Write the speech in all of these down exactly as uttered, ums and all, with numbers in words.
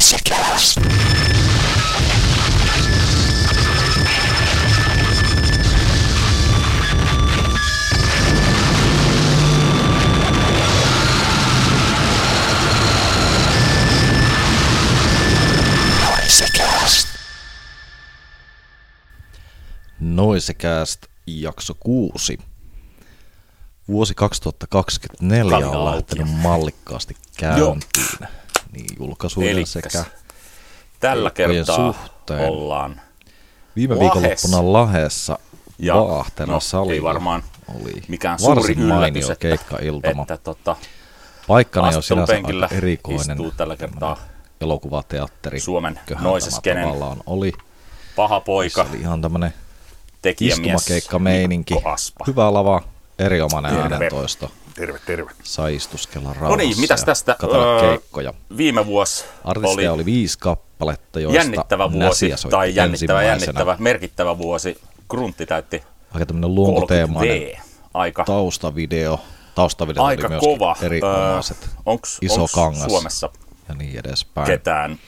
Noisekast. Noisekast. Noisekast jakso kuusi. Vuosi kaksituhattakaksikymmentäneljä Kalja on lähtenyt mallikkaasti käyntiin. Niin julkaisuiden sekä tällä kertaa suhteen. Ollaan Viime Lahes. viikonloppuna Lahdessa ja Vaahtena no, salilla ei varmaan oli mikään suuri varsin yllätys, mainio että, keikkailtama. että tota, Paikkana on sinänsä haastattelupenkillä aika erikoinen istuu tällä kertaa elokuvateatteri. Suomen Köhän Noiseskenen tämä tavallaan oli. paha poika, Se oli ihan tämmönen tekijämies istumakeikka meininki. Mikko Aspa. Hyvä lava, erinomainen Terve. äänentoisto. Terve, terve. Sai istuskella rauhassa No niin, mitäs ja tästä? katsella Öö, keikkoja. Viime vuosi Artisteja oli, oli oli viisi kappaletta, joista jännittävä vuosi, Näsiä soitti tai jännittävä, ensimmäisenä. jännittävä, merkittävä vuosi. Gruntti täytti Aika tämmönen kolmekymmentä luontoteemainen V. Aika, taustavideo. Taustavideo aika oli myöskin kova. erinomaiset. Öö, onks, Iso onks kangas Suomessa ja niin edespäin. ketään,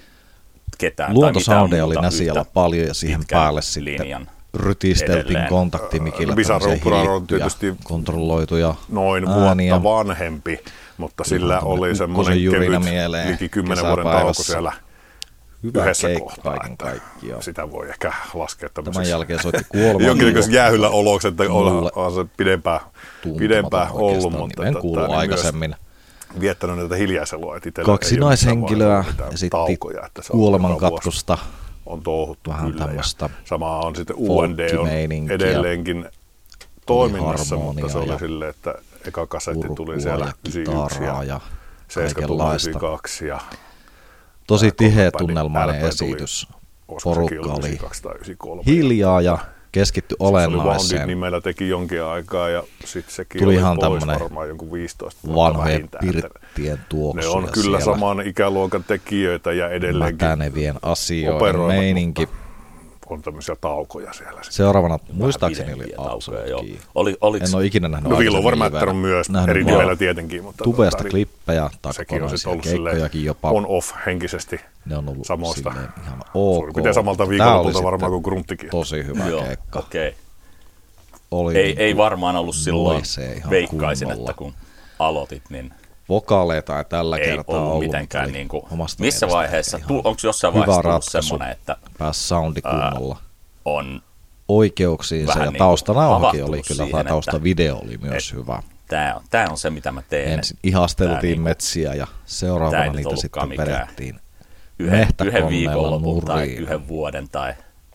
ketään Luontosoundeja oli muuta Näsiällä yhtä paljon ja siihen pitkän päälle sitten linjan rytisteltiin edelleen. kontaktimikillä Bizarre tämmöisiä Upra on hillittyjä, tietysti kontrolloituja noin ääniä. vuotta vanhempi, mutta sillä Ihan oli tommonen semmoinen ukkosen jyrinä kevyt mieleen liki kymmenen vuoden kesäpäivässä. tauko siellä Hyvä yhdessä keikka kohtaa. kaiken Että kaikkiaan. sitä voi ehkä laskea Tämän tämmöiseksi jälkeen soitti kuoleman. jonkinlaisen jäähyllä oloksi, että Mulle on se pidempään, pidempään ollut, mutta en tota, kuulu niin aikaisemmin. myös viettänyt näitä hiljaiselua. Että itsellä Kaksi ei ole naishenkilöä mitään esitti taukoja, että se on kuoleman joka vuosi katkosta. on touhuttu Vähän kyllä. tämmöistä Ja samaa on sitten U N D on folkkimeininkiä. edelleenkin toiminnassa, mutta se harmonia oli silleen, että eka kasetti tuli Purkua siellä ja yhdeksänkymmentäyksi kitaraa ja ja seitsemänkymmentä tuli kaikenlaista. yhdeksänkymmentäkaksi ja Tosi tää tiheä kolme tunnelmainen bändi L P tuli, esitys. olisiko sekin Porukka ollut oli yhdeksänkymmentäkaksi tai yhdeksänkymmentäkolme. hiljaa ja keskittyi Se oli Wounded olennaiseen. nimellä teki jonkin aikaa ja sitten sekin Tuli oli ihan pois tämmönen varmaan jonkun viisitoista vuotta vanhojen vähintään. Että pirttien tuoksuja ne on kyllä siellä. saman ikäluokan tekijöitä ja edelleenkin Mätänevien asioiden operoivat, meininki. on tämmöisiä taukoja siellä. Seuraavana muistaakseni oli pidempiä taukoja, joo. Absolutki. Oli, oliks, En ole ikinä nähnyt No Villover aikaisemmin Matter on livenä. myös Nähnyt eri vaan nimellä tietenkin, mutta Tubesta tota, niin klippejä tai sekin on sitten kokonaisia ollut silleen keikkojakin jopa. on-off henkisesti Ne on ollut samoista. silleen ihan Suurin ok. piirtein samalta Tää oli viikonlopulta varmaan sitten kuin Grunttikin. tosi hyvä joo, keikka. okei. Oli Ei, niinku ei varmaan ollut silloin, noisee ihan veikkaisin, kunnolla. että kun aloitit, niin vokaaleita ei tällä ei kertaa ollut ollut. mitenkään Oli niin kuin, omasta missä mielestä vaiheessa, ihan tu, onko jossain hyvä vaiheessa tullut ratkaisu. semmoinen, että Pääsi soundi kunnolla on oikeuksiinsa vähän ja niinku taustanauhakin havahtunut oli kyllä, siihen, tai että- taustavideo oli myös hyvä. tämä on, tää on se, mitä mä teen. Ensin ihasteltiin Tää niinku- metsiä ja tää seuraavana ei nyt niitä ollutkaan sitten mikään vedettiin yhden, yhden mehtäkonneilla viikonlopun tai nuriin. yhden vuoden tai,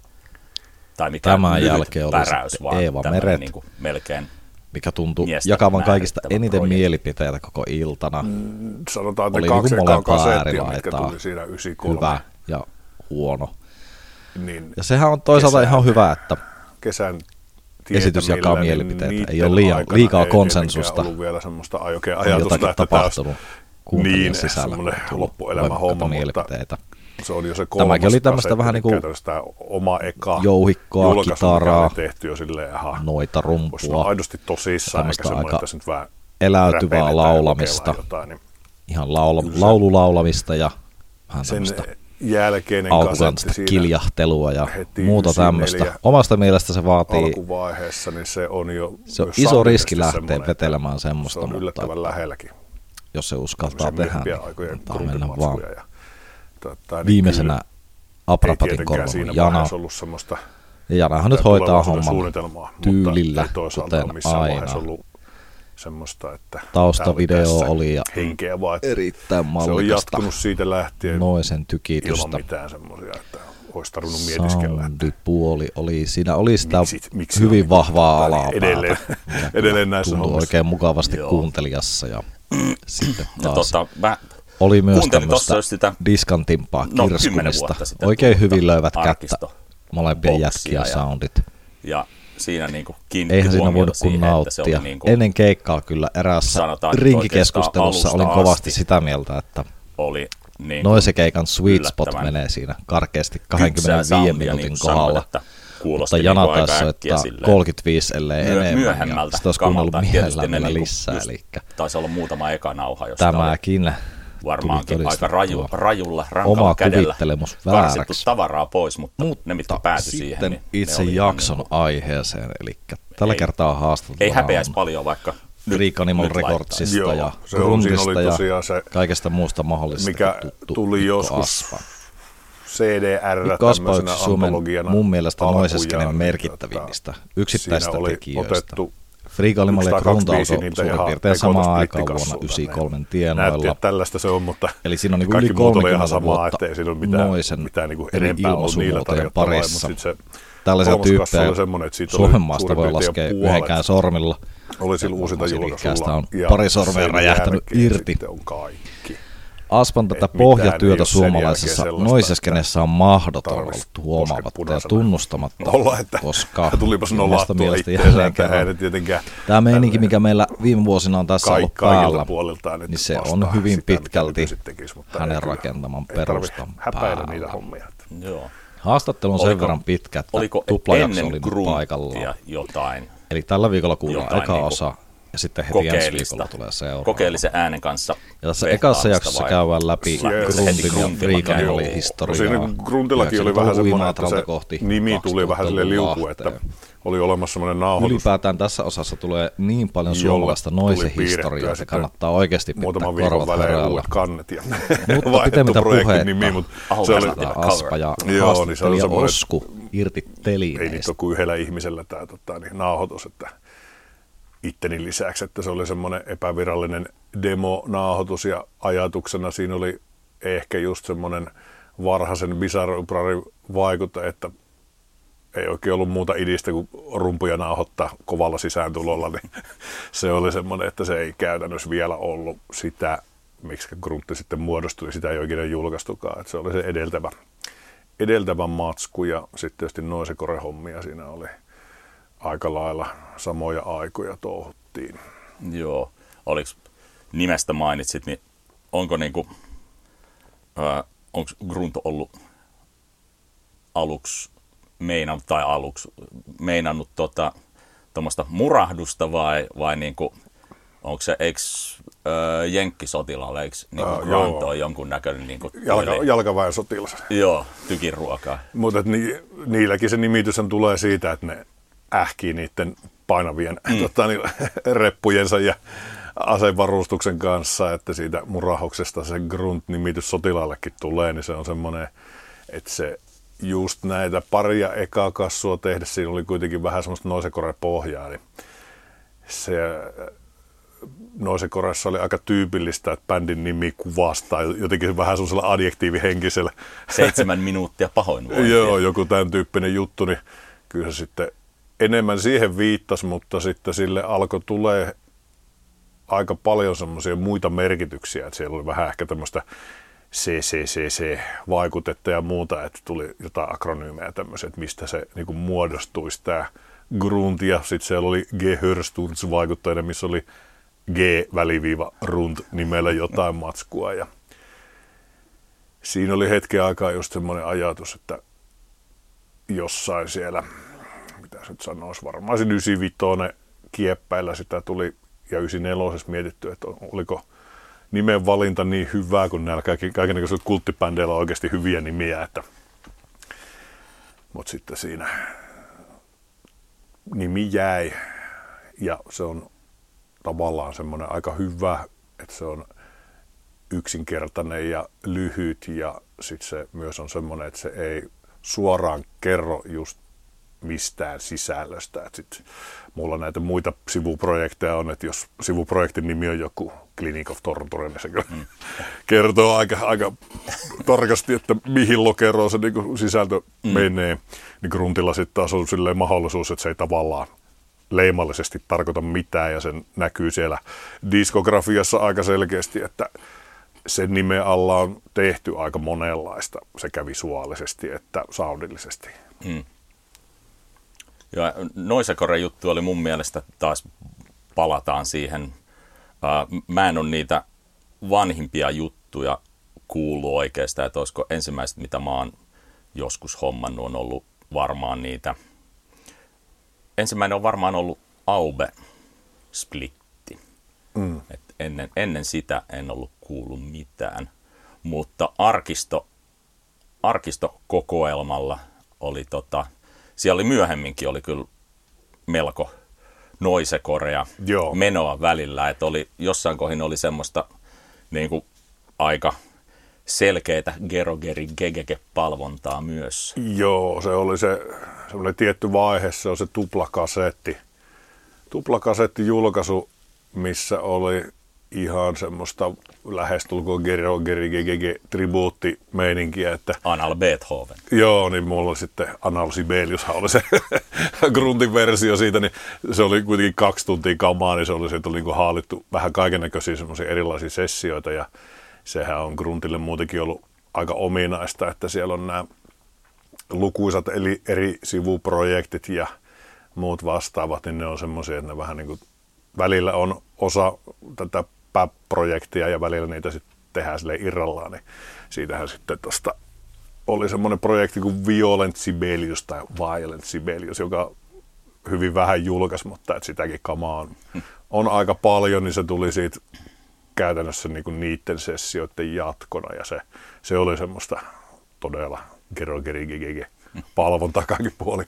tai mikään Tämän lyhyt jälkeen oli päräys, sitten vaan Eeva tämmönen Meret. niinku melkein mikä tuntui miestä jakavan kaikista määrittävä eniten projekti. mielipiteitä koko iltana. Mm, Sanotaan, että Oli kaksi niinku ekaa molempaa kasettia, mitkä äärilaitaa. tuli siinä yhdeksänkymmentäkolme. Hyvä ja huono. Niin Ja sehän on toisaalta Kesän- ihan hyvä, että kesän esitys jakaa tietämillä, mielipiteitä. niin Ei ole niiden liian- aikana liikaa ei konsensusta. tietenkään ollut vielä semmoista oikein on ajatusta, jotakin että tämä olisi tapahtunut kuuntelijan niin sisällä. semmoinen kun on tullut loppuelämä voimakkaita homma, mutta mielipiteitä. se oli jo se kolmas Tämäkin oli tämmöistä kasetti, vähän niinku käytännössä tämä oma eka jouhikkoa, julkaisu, mikä kitaraa, oli tehty jo silleen, aha, noita voisi olla rumpua, aidosti tosissaan, eikä tämmöistä semmoinen, aika että se nyt vähän eläytyvää räpeiletään ja laulamista, kokeillaan jotain, niin ihan laula, Kyllä se- laululaulamista ja vähän sen tämmöistä jälkeinen alkukantaista kasetti siinä kiljahtelua ja heti muuta yhdeksänkymmentäneljä tämmöistä. Omasta mielestä se vaatii, alkuvaiheessa, niin se on jo se on myös iso soundillisesti riski lähteä semmoinen, vetelemään se semmoista, on mutta yllättävän lähelläkin. jos se uskaltaa Semmoisia tehdä, myöhempiä niin aikojen antaa mennä vaan. gruntimatskuja ja tota, niin Viimeisenä kyllä Aprapatin ei tietenkään siinä korvannut Jana. vaiheessa ollut semmoista Ja Janahan nyt hoitaa tulevaisuuden homman suunnitelmaa, tyylillä, mutta ei toisaalta kuten ole missään aina. vaiheessa ollut semmoista, että Taustavideo tää tässä oli ja henkeä, vaan että erittäin se on mallikasta jatkunut siitä lähtien noisen ilman tykitystä. mitään semmoisia, että olisi tarvinnut mietiskellä. että Soundipuoli oli, siinä oli sitä Miksi- miksi hyvin on vahvaa tota, alapäätä. edelleen- mikä edelleen näissä tuntui hommissa. oikein mukavasti Joo. kuuntelijassa ja sitten ja taas tota, mä oli myös kuuntelin tossa tämmöistä just sitä, diskantimpaa no, kymmenen kirskumista. vuotta sitten Oikein tullutta hyvin löivät kättä arkisto molempien boksia jätkien ja- soundit. ja siinä niinku kiinnitti Eihän siinä huomiota voinut kun siihen, että se nauttia. oli niinku, Ennen keikkaa kyllä eräässä sanotaan, että rinkikeskustelussa oikeastaan olin kovasti alusta sitä mieltä, että oli niinku noisen keikan sweet spot yllättävän menee siinä karkeasti kypsää kaksikymmentäviisi soundia, minuutin niin kuin sanoit, kohdalla. että Mutta kuulosti Jana niinku taisi aika soittaa äkkiä silleen kolmekymmentäviisi ellei myö- enemmän. Ja myöhemmältä sitä olisi kuunnellut kamalta. Tietysti mielellään ne vielä niinku lisää. just Eli taisi olla muutama eka nauha, josta oli tämäkin varmaankin aika raju, rajulla, rankalla kädellä karsittu tavaraa pois, mutta, mutta ne, mitkä päätyi siihen. Niin itse jakson niin aiheeseen, eli tällä ei, kertaa haastattelua ei häpeäisi paljon vaikka Freak Animal Recordsista joo, ja Gruntista ja se, kaikesta muusta mahdollisesta. Mikä tuli joskus Aspa. C D R Mikko Aspa on yksi Suomen mun mielestä Noiseskenen merkittävimmistä yksittäistä tekijöistä. Freak Animal ja Grunt alkoi suurin piirtein samaan aikaan vuonna yhdeksänkymmentäkolme tienoilla. Näytti, että tällaista se on, mutta eli siinä on niin yli kolmekymmentä samaa, vuotta ei siinä ole mitään, Noisen mitään niin eri ilmaisumuotojen parissa. Se tällaisia tyyppejä Suomen maasta voi laskea yhdenkään sormilla. Oli sillä uusinta julkaisulla. On pari sormea räjähtänyt irti. Aspan tätä pohjatyötä suomalaisessa Noiseskenessä on mahdoton ollut huomaamatta ja tunnustamatta, Nolla, että koska tulipas nollattua itseensä, tämä meininki, mikä meillä viime vuosina on tässä ollut päällä, niin se on hyvin pitkälti tekisi, hänen rakentaman perustan päällä. Niitä hommia. Joo. Haastattelu on sen verran pitkä, että tuplajakso oli paikallaan. Jotain? Eli tällä viikolla kuullaan eka niinku osa. Ja sitten heti ensi viikolla tulee seuraava. Kokeellisen äänen kanssa. Ja tässä ekassa jaksossa vai? Käydään läpi Gruntin ja Freak Animalin historiaa. Siinä Gruntillakin oli vähän semmoinen, että se nimi tuli vähän sille liuku, että oli olemassa semmoinen nauhoitus. Ylipäätään tässä osassa tulee niin paljon suomalaista Noisen historiaa, että kannattaa oikeasti pitää korvat harjalla. Mutta pitemmittä puhetta se oli Aspa ja haastattelija Osku irti telineistä. Ei niitä ole kuin yhdellä ihmisellä tämä tota, niin, nauhoitus, että itteni lisäksi, että se oli semmoinen epävirallinen demo-nauhoitus ja ajatuksena siinä oli ehkä just semmoinen varhaisen bizarre vaikute, että ei oikein ollut muuta idistä kuin rumpuja nauhoittaa kovalla sisääntulolla, niin se oli semmoinen, että se ei käytännössä vielä ollut sitä, miksi gruntti sitten muodostui, sitä ei oikein julkaistukaan, että se oli se edeltävä, edeltävä matsku ja sitten tietysti Noisekore-hommia siinä oli. Aika lailla samoja aikoja touhuttiin. Joo. Oliko nimestä mainitsit, niin onko niinku, äh, onko Grunt ollut aluksi meinannut, tai aluksi meinannut tota, tuommoista murahdusta vai, vai niinku, onko se, eikö äh, jenkkisotilaalla, eikö niinku äh, Grunt ole jonkun näköinen niinku Jalka, jalkaväen sotilas? Joo, tykiruokaa. Mutta ni, niilläkin se nimitys tulee siitä, että ne ähkii niiden painavien mm. tota, niin, reppujensa ja asevarustuksen kanssa, että siitä murahoksesta se Grunt-nimitys sotilaallekin tulee, niin se on semmoinen, että se just näitä paria ekaa kassua tehdä, siinä oli kuitenkin vähän semmoista Noisekore-pohjaa, niin se Noisekoressa oli aika tyypillistä, että bändin nimi kuvastaa jotenkin vähän semmoisella adjektiivihenkisellä. Seitsemän minuuttia pahoinvointia. Joo, joku tämän tyyppinen juttu, niin kyllä se sitten enemmän siihen viittasi, mutta sitten sille alkoi tulee aika paljon semmoisia muita merkityksiä, että siellä oli vähän ehkä tämmöistä C C C C-vaikutetta ja muuta, että tuli jotain akronyymejä tämmöisiä, että mistä se niin kuin muodostuisi tämä Grunt, ja sitten siellä oli Gehörsturz-vaikuttajana, missä oli G-Runt nimellä jotain matskua, ja siinä oli hetken aikaa just semmoinen ajatus, että jossain siellä, mitä se nyt sanoisi, varmaan se yhdeksänkymmentäviisi kieppäillä sitä tuli, ja yhdeksänkymmentäneljä mietitty, että oliko nimen valinta niin hyvää, kun näillä kaikennäköisillä kulttibändeillä on oikeasti hyviä nimiä, että mutta sitten siinä nimi jäi, ja se on tavallaan semmoinen aika hyvä, että se on yksinkertainen ja lyhyt, ja sitten se myös on semmoinen, että se ei suoraan kerro just mistään sisällöstä. Et sit mulla näitä muita sivuprojekteja on, että jos sivuprojektin nimi on joku Clinic of Torture, niin se mm. kertoo aika, aika tarkasti, että mihin lokeroon se niinku sisältö mm. menee. Niin Gruntilla sitten taas on silleen mahdollisuus, että se ei tavallaan leimallisesti tarkoita mitään, ja sen näkyy siellä diskografiassa aika selkeästi, että sen nimen alla on tehty aika monenlaista sekä visuaalisesti että soundillisesti. Mm. Ja Noisekore juttu oli mun mielestä, taas palataan siihen. Mä en ole niitä vanhimpia juttuja kuullut oikeastaan, että olisiko ensimmäiset, mitä mä oon joskus hommannut, on ollut varmaan niitä. Ensimmäinen on varmaan ollut Aube Splitti. Mm. Et ennen, ennen sitä en ollut kuullut mitään, mutta arkisto, arkistokokoelmalla oli tota, siellä oli myöhemminkin oli kyllä melko noisekorea menoa välillä, että oli jossain kohin oli semmoista niin kuin aika selkeitä Gerogeri Gegege-palvontaa myös. Joo, se oli se semmoinen tietty vaihe, se on se tuplakasetti. Tuplakasettijulkaisu, missä oli ihan semmoista lähestulkoon Gerogeri Gegege-tribuuttimeininkiä. Että Anal Beethoven. Joo, niin mulla oli sitten Anal Sibeliushan oli se gruntin versio siitä, niin se oli kuitenkin kaksi tuntia kamaa, niin se oli, siitä oli niin kuin haalittu vähän kaikennäköisiä semmoisia erilaisia sessioita ja sehän on gruntille muutenkin ollut aika ominaista, että siellä on nämä lukuisat eli eri sivuprojektit ja muut vastaavat, niin ne on semmoisia, että ne vähän niin kuin välillä on osa tätä P A P-projektia ja välillä niitä sitten tehdään silleen irrallaan, niin siitähän sitten tuosta oli semmoinen projekti kuin Violent Sibelius tai Violent Sibelius, joka hyvin vähän julkaisi, mutta että sitäkin kamaa on, on aika paljon, niin se tuli siitä käytännössä niinku niiden sessioiden jatkona ja se, se oli semmoista todella Gerogeri Gegege palvontaa kaikin puolin.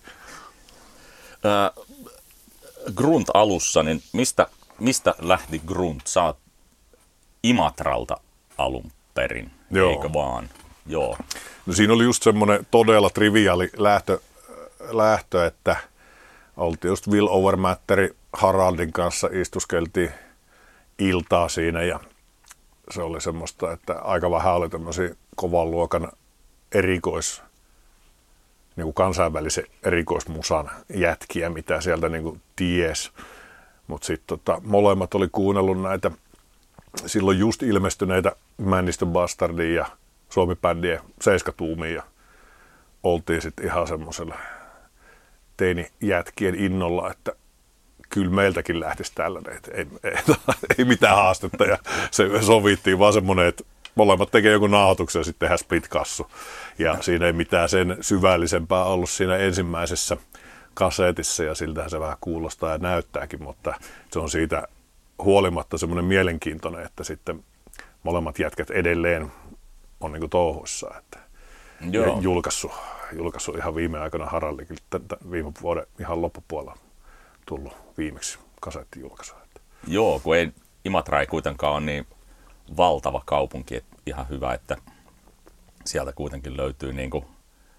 Äh, Grunt alussa, niin mistä, mistä lähti Grunt? Sä oot Imatralta alun perin, Joo. eikö vaan? Joo. No siinä oli just semmoinen todella triviaali lähtö, lähtö että oltiin just Will Overmatterin Haraldin kanssa istuskeltiin iltaa siinä ja se oli semmoista, että aika vähän oli tämmöisiä kovan luokan erikois, niin kuin kansainvälisen erikoismusan jätkiä, mitä sieltä niin kuin ties. Mutta sitten tota, molemmat oli kuunnellut näitä silloin just ilmestyneitä Männistön Bastardia ja Suomi-bändien seiskatuumia ja oltiin sitten ihan semmoisella teini-jätkien innolla, että kyllä meiltäkin lähtisi tällainen, että ei, ei, ei mitään haastetta ja se sovittiin vaan semmoinen, että molemmat tekee joku nauhoituksen ja sitten tehdään split-kassu. Ja siinä ei mitään sen syvällisempää ollut siinä ensimmäisessä kasetissa ja siltähän se vähän kuulostaa ja näyttääkin, mutta se on siitä huolimatta semmoinen mielenkiintoinen, että sitten molemmat jätkät edelleen on niin kuin touhuissa. Että ja julkaissut, julkaissut ihan viime aikoina Haraldikin, viime vuoden ihan loppupuolella tullut viimeksi kasettijulkaisu. Joo, kun ei, Imatra ei kuitenkaan ole niin valtava kaupunki, että ihan hyvä, että sieltä kuitenkin löytyy niin kuin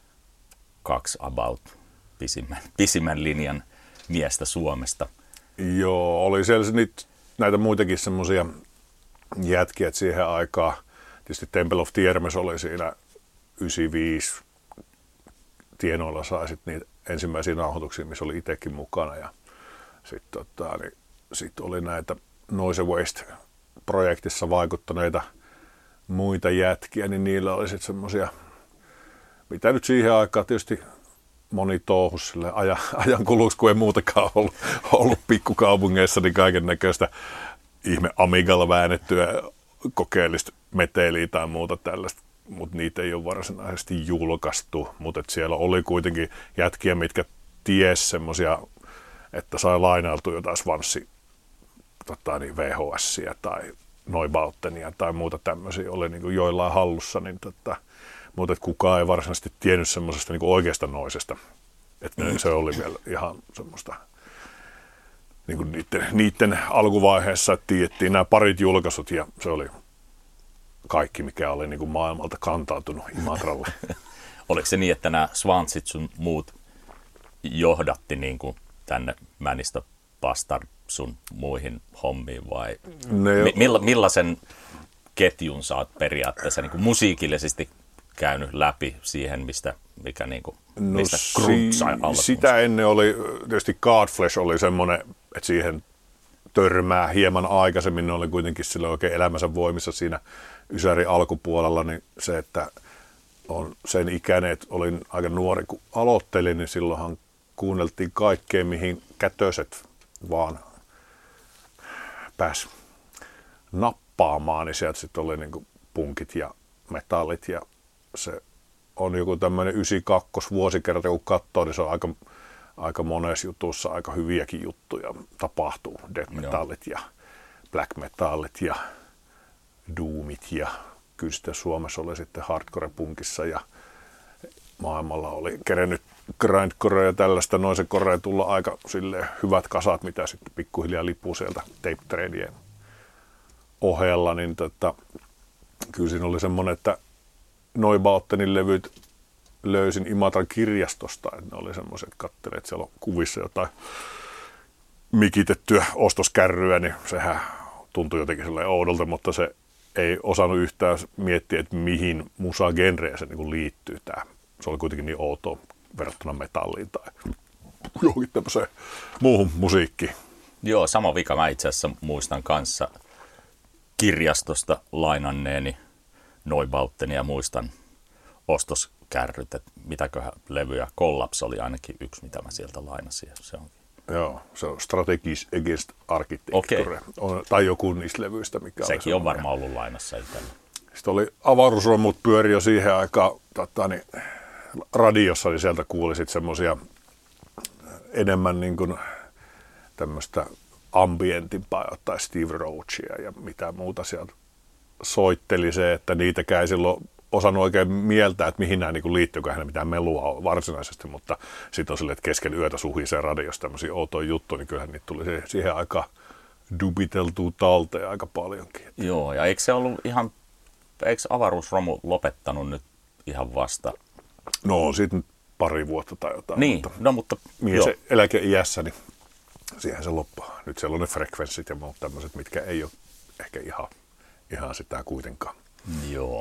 kaksi about pisimmän, pisimmän linjan miestä Suomesta. Joo, oli siellä niitä, näitä muitakin semmoisia jätkiä, että siihen aikaan tietysti Temple of Tiermes oli siinä yhdeksänkymmentäviisi tienoilla sai sitten niitä ensimmäisiä nauhoituksia, missä oli itsekin mukana ja sitten tota, niin, sit oli näitä Noise Waste-projektissa vaikuttaneita muita jätkiä, niin niillä oli sitten semmoisia, mitä nyt siihen aikaan tietysti moni touhus sille ajan, ajan kuluksi, kun ei muutenkaan ollut, ollut pikkukaupungeissa, niin kaiken näköistä ihme Amigalla väännettyä kokeellista meteliä tai muuta tällaista, mutta niitä ei ole varsinaisesti julkaistu, mutta siellä oli kuitenkin jätkiä, mitkä ties semmoisia, että sai lainailtua jotain Svanssi tota, niin V H S:iä tai Neubautenia tai muuta tämmöisiä oli niin kuin joillain hallussa, niin tota, mutta että kukaan ei varsinaisesti tiennyt semmoisesta niin kuin oikeasta noisesta, että mm. se oli vielä ihan semmoista niin kuin niiden, niiden alkuvaiheessa, että tiedettiin nämä parit julkaisut ja se oli kaikki, mikä oli niin kuin maailmalta kantautunut Imatralle. Oliko se niin, että nämä Svansit sun muut johdatti niin kuin tänne Männistö Bastard sun muihin hommiin vai ne, milla, millaisen ketjun sä oot periaatteessa niin kuin musiikillisesti käynyt läpi siihen, mistä, mikä niin kuin, no mistä Grunt sai alkuunsa? Sitä ennen oli, tietysti Godflesh oli semmoinen, että siihen törmää hieman aikaisemmin, ne oli kuitenkin silloin oikein elämänsä voimissa siinä Ysärin alkupuolella, niin se, että on sen ikäinen, että olin aika nuori kun aloittelin, niin silloinhan kuunneltiin kaikkea, mihin kätöset vaan pääsi nappaamaan, niin sieltä sitten oli niin kuin punkit ja metallit ja se on joku tämmöinen yhdeksänkymmentäkaksi vuosikerta, kun katsoo, niin se on aika, aika monessa jutussa aika hyviäkin juttuja tapahtuu, death metallit ja black metallit ja doomit ja kyllä sitten Suomessa oli sitten hardcore-punkissa ja maailmalla oli kerennyt grindcore ja tällaista noisecorea tulla aika silleen hyvät kasat, mitä sitten pikkuhiljaa lipuu sieltä tape tradien ohella, niin tota, kyllä siinä oli semmoinen, että Neubauttenin levyt löysin Imatran kirjastosta, että ne oli semmoiset, kattelee, että siellä on kuvissa jotain mikitettyä ostoskärryä, niin sehän tuntui jotenkin sellainen oudolta, mutta se ei osannut yhtään miettiä, että mihin musagenreen se niin liittyy tämä. Se oli kuitenkin niin outoa verrattuna metalliin tai johonkin tämmöiseen muuhun musiikkiin. Joo, sama vika mä itse asiassa muistan kanssa kirjastosta lainanneeni Neubautenia ja muistan ostoskärryt, että mitäköhän levyjä. Collapse oli ainakin yksi, mitä mä sieltä lainasin. Se on. Joo, se on Strategies Against Architecture, okay. Tai joku niistä levyistä, mikä sekin on varmaan ollut lainassa itsellä. Sitten oli avaruusromut pyöri jo siihen aikaan, tota, niin, radiossa, niin sieltä kuuli sitten semmoisia enemmän niin kuin tämmöistä ambientimpaa, tai Steve Roachia ja mitä muuta sieltä soitteli se, että niitäkään ei silloin osannut oikein mieltää, että mihin nämä niin liittyy, hän mitään melua on varsinaisesti, mutta sitten on silleen, että keskellä yötä suhisee radiossa tämmöisiä outoja juttuja, niin kyllähän niitä tuli siihen aikaan dubiteltua talteen aika paljonkin. Joo, ja eikö se ollut ihan, eikö avaruusromu lopettanut nyt ihan vasta? No, sitten pari vuotta tai jotain. Niin, mutta no mutta... Mihin se eläkeiässä, niin siihen se loppaa. Nyt siellä on ne frekvenssit ja muut tämmöiset, mitkä ei ole ehkä ihan, ihan sitä kuitenkaan. Joo.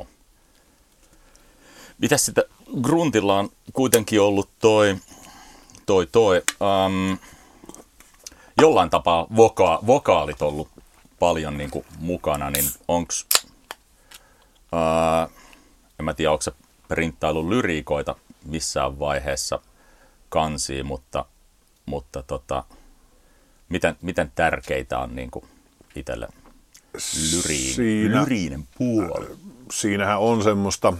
Mitäs sitten gruntilla on kuitenkin ollut toi, toi, toi um, jollain tapaa voka- vokaalit ollut paljon niin kuin mukana, niin onks, uh, en mä tiedä, onko se printtailu lyriikoita missään vaiheessa kansiin, mutta, mutta tota, miten, miten tärkeitä on niin kuin itselle lyriin, Siinä, lyriinen puoli? Siinähän on semmoista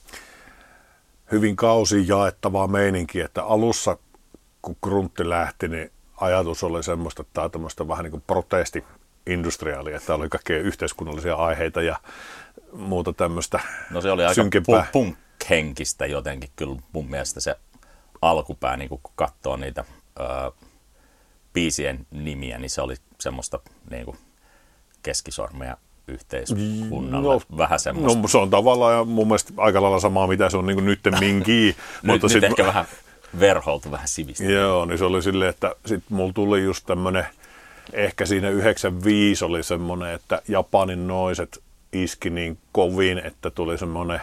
hyvin kausin jaettavaa meininkiä, että alussa kun gruntti lähti, niin ajatus oli semmoista, että tämä on tämmöistä vähän niin kuin protesti-industriaalia, että oli kaikkea yhteiskunnallisia aiheita ja muuta tämmöistä No se oli aika synkempää. Punk-henkistä jotenkin kyllä mun mielestä se alkupää, niin kun katsoo niitä ö, biisien nimiä, niin se oli semmoista niin kuin keskisormea yhteiskunnalle. No, vähän semmoista. No se on tavallaan ja mun mielestä aika lailla samaa, mitä se on niin kuin nyttemminkin. nyt mutta nyt sit, ehkä vähän verholtu, vähän sivistä. Joo, niin se oli silleen, että sitten mulla tuli just tämmönen, ehkä siinä yhdeksänkymmentäviisi oli semmoinen, että Japanin noiset iski niin kovin, että tuli semmoinen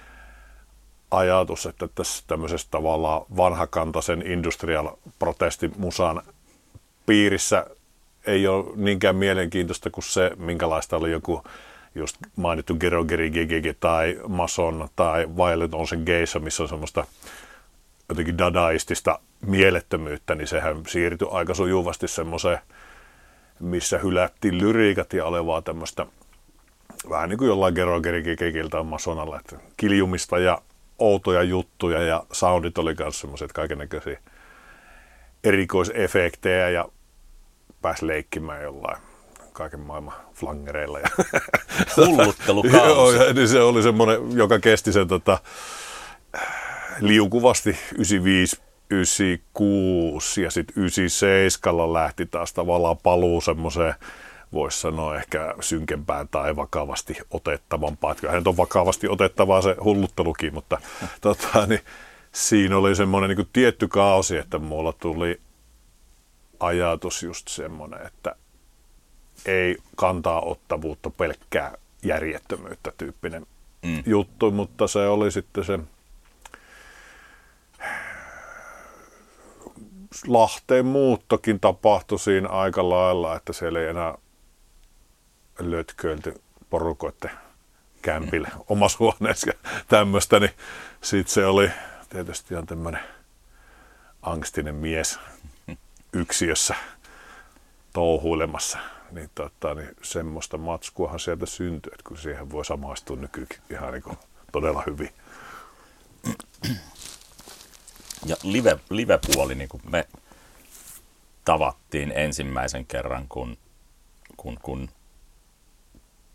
ajatus, että tässä tämmöisessä tavallaan vanhakantaisen industrial protestimusan piirissä ei ole niinkään mielenkiintoista kuin se, minkälaista oli joku just mainittu Gerogeri Gegege tai Mason tai Violet on sen Geisha, missä on semmoista jotenkin dadaistista mielettömyyttä, niin sehän siirtyi aika sujuvasti semmoiseen, missä hylättiin lyriikat ja olevaa tämmöistä vähän niin kuin jollain Gerogeri Gegegiltä tai Masonalla, että kiljumista ja outoja juttuja ja soundit oli myös semmoiset kaikennäköisiä erikoisefektejä ja pääsi leikkimään jollain kaiken maailman flangereilla. Ja hulluttelukausi. Joo, ja niin se oli semmoinen, joka kesti sen tota, liukuvasti yhdeksänkymmentäviisi yhdeksänkymmentäkuusi ja sitten yhdeksänkymmentäseitsemän lähti taas tavallaan paluu semmoiseen, voisi sanoa ehkä synkempään tai vakavasti otettavampaa. Kyllähän nyt on vakavasti otettavaa se hulluttelukin, mutta tota, niin, siinä oli semmoinen niin kuin tietty kausi, että mulla tuli ajatus just semmoinen, että ei kantaa ottavuutta, pelkkää järjettömyyttä tyyppinen mm. juttu, mutta se oli sitten se Lahteen muuttokin tapahtui siinä aika lailla, että siellä ei enää lötköilty porukoiden kämpillä mm. omassa huoneessa tämmöistä, niin sitten se oli tietysti ihan tämmöinen angstinen mies yksiössä touhuilemassa, niin, tota, niin semmoista matskuahan sieltä syntyy, että kun siihen voi samaistua nykykin ihan niin kuin todella hyvin. Ja live, live-puoli, niin kuin me tavattiin ensimmäisen kerran, kun, kun, kun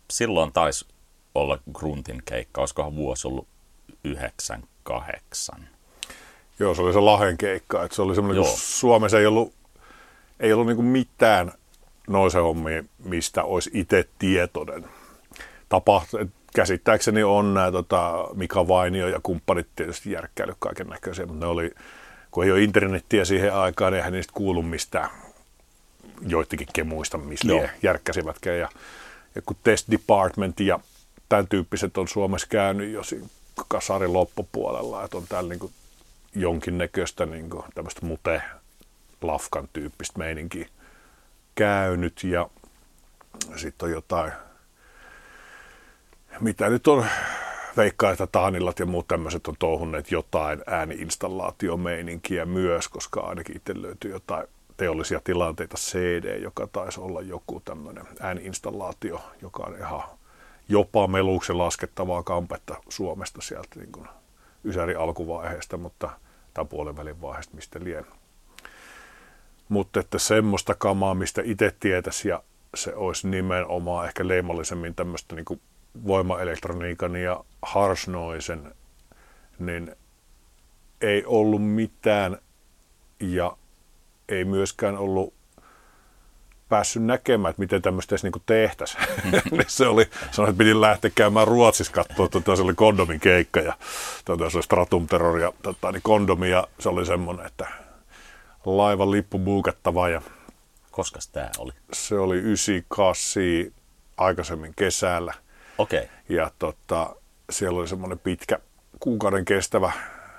silloin taisi olla gruntin keikka, olisikohan vuosi ollut yhdeksänkymmentäkahdeksan. Joo, se oli se Lahden keikka, että se oli semmoinen, kun Suomessa ei ollut, ei ollut niinku mitään noisen hommia, mistä olisi itse tietoinen. Tapahtu, käsittääkseni on nämä tota, Mika Vainio ja kumppanit tietysti järkkäily kaiken näköisiä, mutta ne oli, kun ei ole internettiä siihen aikaan, niin eihän niistä kuulu mistään joitakin kemuista, mistä järkkäsivätkään. Ja, ja kun Test Department ja tämän tyyppiset on Suomessa käynyt jo siinä kasarin loppupuolella, että on täällä niin kuin jonkinnäköistä niin kuin tämmöistä mute-lafkan tyyppistä meininkiä käynyt ja sitten on jotain, mitä nyt on, veikkaa, että Taanilat ja muut tämmöiset on touhunneet jotain ääniinstallaatiomeininkiä myös, koska ainakin itse löytyy jotain teollisia tilanteita C D, joka taisi olla joku tämmöinen ääniinstallaatio, joka on ihan jopa meluuksen laskettavaa kampetta Suomesta sieltä niin kuin Ysäri alkuvaiheesta, mutta tai puolivälin vaiheesta, mistä lien. Mutta että semmoista kamaa, mistä itse tietäisi, ja se olisi nimenomaan ehkä leimallisemmin tämmöistä niin kuin voimaelektroniikan ja harsh noisen, niin ei ollut mitään ja ei myöskään ollut päässyt näkemään, että miten tämmöistä edes niin tehtäisiin. Se oli, sanoin, että piti lähteä käymään Ruotsissa katsoa, että se oli Kondomin keikka ja tuota, se oli Stratum Terror ja tuota, niin Kondomi ja se oli semmoinen, että laivan lippu buukattava. Ja koska tämä oli? Se oli yhdeksänkymmentäkahdeksan aikaisemmin kesällä. Okei. Okay. Ja tota, siellä oli semmoinen pitkä kuukauden kestävä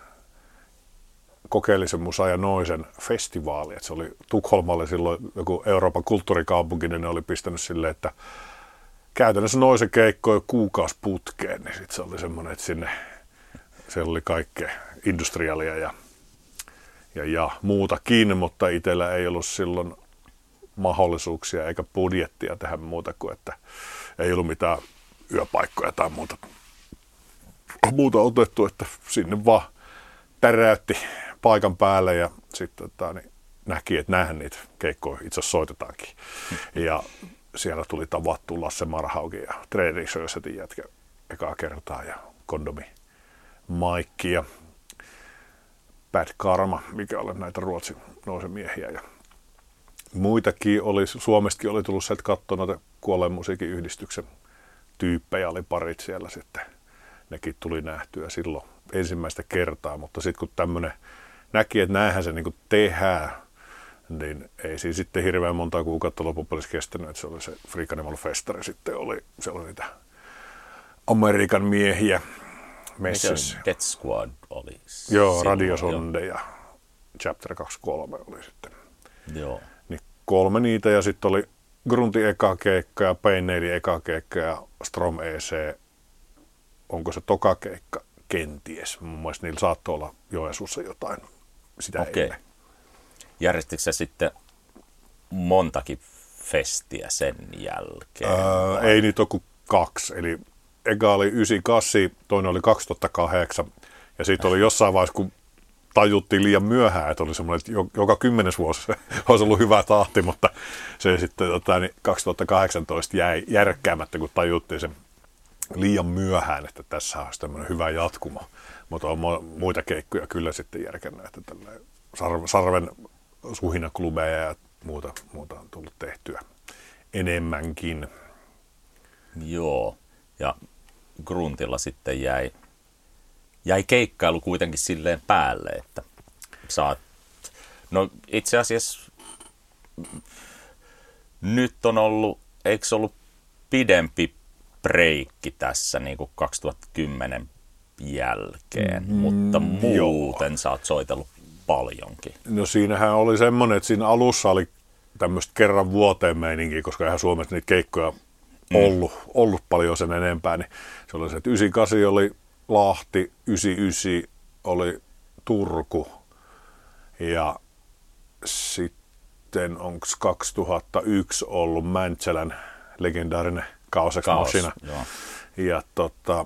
kokeellisen musa ja noisen festivaali. Et se oli Tukholmalle silloin joku Euroopan kulttuurikaupunki, niin ne oli pistänyt silleen, että käytännössä noisen keikkoi kuukausi putkeen, niin sitten se oli semmoinen, että sinne siellä oli kaikkea industriaalia ja, ja, ja muutakin, mutta itsellä ei ollut silloin mahdollisuuksia eikä budjettia tehdä muuta kuin, että ei ollut mitään yöpaikkoja tai muuta, muuta otettu, että sinne vaan täräytti paikan päälle ja sitten tota, niin näki, että nähdään niitä keikkoja itse asiassa soitetaankin. Ja siellä tuli tavattu Lasse Marhaukin ja Trading Sjösetin jätkä ekaa kertaa ja Kondomi Maikki ja Bad Karma, mikä oli näitä Ruotsin nousemiehiä ja muitakin oli, Suomestakin oli tullut sieltä katsoa noita Kuolleen musiikin yhdistyksen tyyppejä, oli parit siellä sitten, nekin tuli nähtyä silloin ensimmäistä kertaa, mutta sitten kun tämmöinen näki, että näinhän se niin tehdään, niin ei siinä sitten hirveän monta kuukautta loppupeleissä kestänyt, että se oli se Freak Animal Festari, sitten oli, se oli niitä Amerikan miehiä messissä. Death Squad oli? Joo, Radio Sonde ja Chapter kaksikymmentäkolme oli sitten. Joo. Niin kolme niitä ja sitten oli Gruntin eka keikka ja Pain Nailin eka keikka ja Strom E C, onko se toka keikka? Kenties. Mun mielestä niillä saattoi olla Joensuussa jotain sitä Okei. Ennen. Järjestikö se sitten montakin festiä sen jälkeen? Öö, ei niitä ole kuin kaksi. Eli eka oli yhdeksänkymmentäkahdeksan, toinen oli kaksituhattakahdeksan. Ja siitä oli jossain vaiheessa, kun tajuttiin liian myöhään, että oli semmoinen, että joka kymmenes vuosi olisi ollut hyvä tahti, mutta se sitten tota, niin kaksituhattakahdeksantoista jäi järkkäämättä, kun tajuttiin sen liian myöhään, että tässä olisi tämmöinen hyvä jatkumo, mutta on muita keikkoja kyllä sitten järkännyt, että sarven suhinaklubeja ja muuta, muuta on tullut tehtyä enemmänkin. Joo, ja Gruntilla sitten jäi, jäi keikkailu kuitenkin silleen päälle, että saat, no itse asiassa nyt on ollut, eikö se ollut pidempi breikki tässä niin kuin kaksituhattakymmenen jälkeen, mm, mutta muuten joo. Sä oot soitellut paljonkin. No siinähän oli semmoinen, että siinä alussa oli tämmöistä kerran vuoteen meininkiä, koska eihän Suomessa niitä keikkoja ollut, mm. ollut paljon sen enempää, niin se oli se, että yhdeksänkymmentäkahdeksan oli Lahti, yhdeksänkymmentäyhdeksän oli Turku ja sitten onko kaksituhattayksi ollut Mäntsälän legendaarinen Kaos Machina. Ja tota,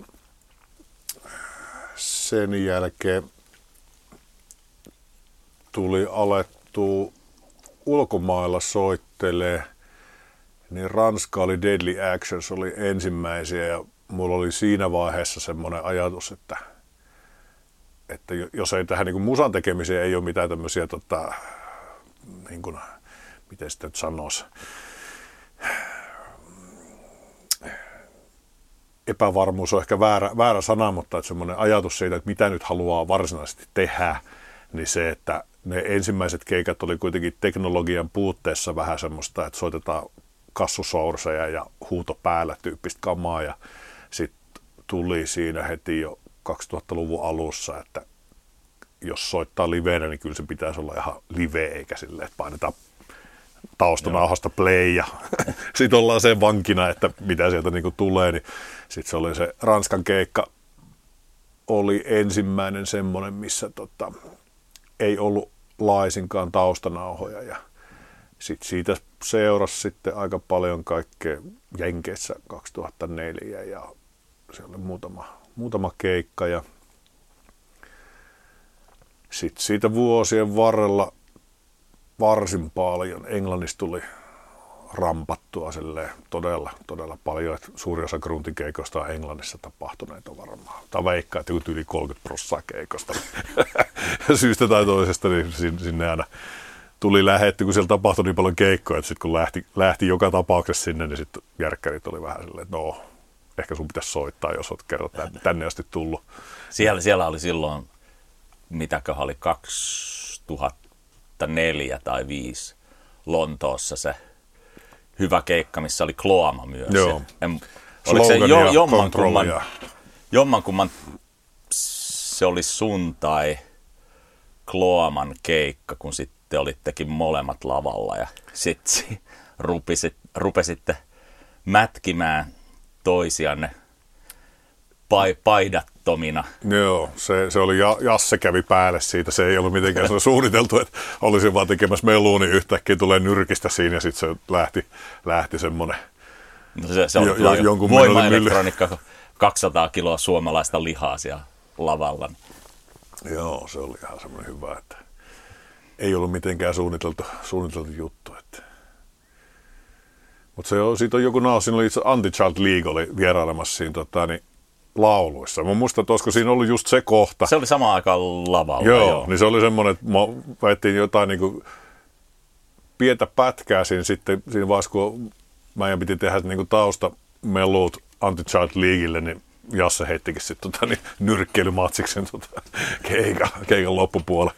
sen jälkeen tuli alettua ulkomailla soittelee, Niin Ranska oli Deadly Actions, oli ensimmäisiä ja mulla oli siinä vaiheessa semmoinen ajatus, että, että jos ei tähän niin kuin musan tekemiseen ei ole mitään tämmöisiä, tota, niin kuin, miten sitä nyt sanoisi, epävarmuus on ehkä väärä, väärä sana, mutta että semmoinen ajatus siitä, että mitä nyt haluaa varsinaisesti tehdä, niin se, että ne ensimmäiset keikat oli kuitenkin teknologian puutteessa vähän semmoista, että soitetaan kassusourceja ja huuto päällä tyyppistä kamaa ja sitten tuli siinä heti jo kaksituhattaluvun alussa, että jos soittaa liveenä, niin kyllä se pitäisi olla ihan live eikä silleen, että painetaan taustanauhasta play ja sitten ollaan sen vankina, että mitä sieltä niinku tulee, niin sitten se oli se Ranskan keikka oli ensimmäinen semmoinen, missä tota, ei ollut laisinkaan taustanauhoja ja sitten siitä seurasi sitten aika paljon kaikkea Jenkeissä kaksituhattaneljä ja siellä oli muutama, muutama keikka ja sitten siitä vuosien varrella varsin paljon. Englannissa tuli rampattua todella, todella paljon, että suuri osa gruntikeikoista on Englannissa tapahtuneita varmaan. Tai veikkaa, että joku yli kolmekymmentä prosenttia keikosta syystä tai toisesta, niin sinne aina tuli lähetty, kun siellä tapahtui niin paljon keikkoja, että sitten kun lähti, lähti joka tapauksessa sinne, niin sitten järkkärit oli vähän silleen, että no, ehkä sun pitäisi soittaa, jos olet kerran tänne asti tullut. Siellä, siellä oli silloin, mitäköhän oli kaksituhattaneljä tai viisi Lontoossa se hyvä keikka, missä oli Kloama myös. Joo. En, oliko se jo, jommankumman, jommankumman, se oli sun tai Kloaman keikka, kun sitten olittekin molemmat lavalla ja sitten rupesit, rupesitte mätkimään toisianne paidattomina. Joo, se, se oli, Jasse kävi päälle siitä, se ei ollut mitenkään suunniteltu, että olisin vaan tekemässä melua, niin yhtäkkiä tulee nyrkistä siinä ja sitten se lähti, lähti semmoinen no se, se jo, jo, jonkun voimaelektroniikka, kaksisataa kiloa suomalaista lihaa siellä lavalla. Joo, se oli ihan semmoinen hyvä, että ei ollut mitenkään suunniteltu, suunniteltu juttu. Että. Mutta siitä on joku naus, siinä oli itse Anti-Child League oli vierailemassa siinä tota, niin, lauluissa. Mä muistan, että olisiko siinä ollut just se kohta. Se oli samaan aikaan lavalla. Joo, joo. Niin se oli semmoinen, että väittiin jotain niin kuin pientä pätkää siinä sitten, siinä vaiheessa, kun meidän piti tehdä niin kuin taustameluut Anti-Child Leaguelle, niin Jasse heittikin sitten tota, niin, nyrkkeilymatsiksen tota, keikan, keikan loppupuolelle.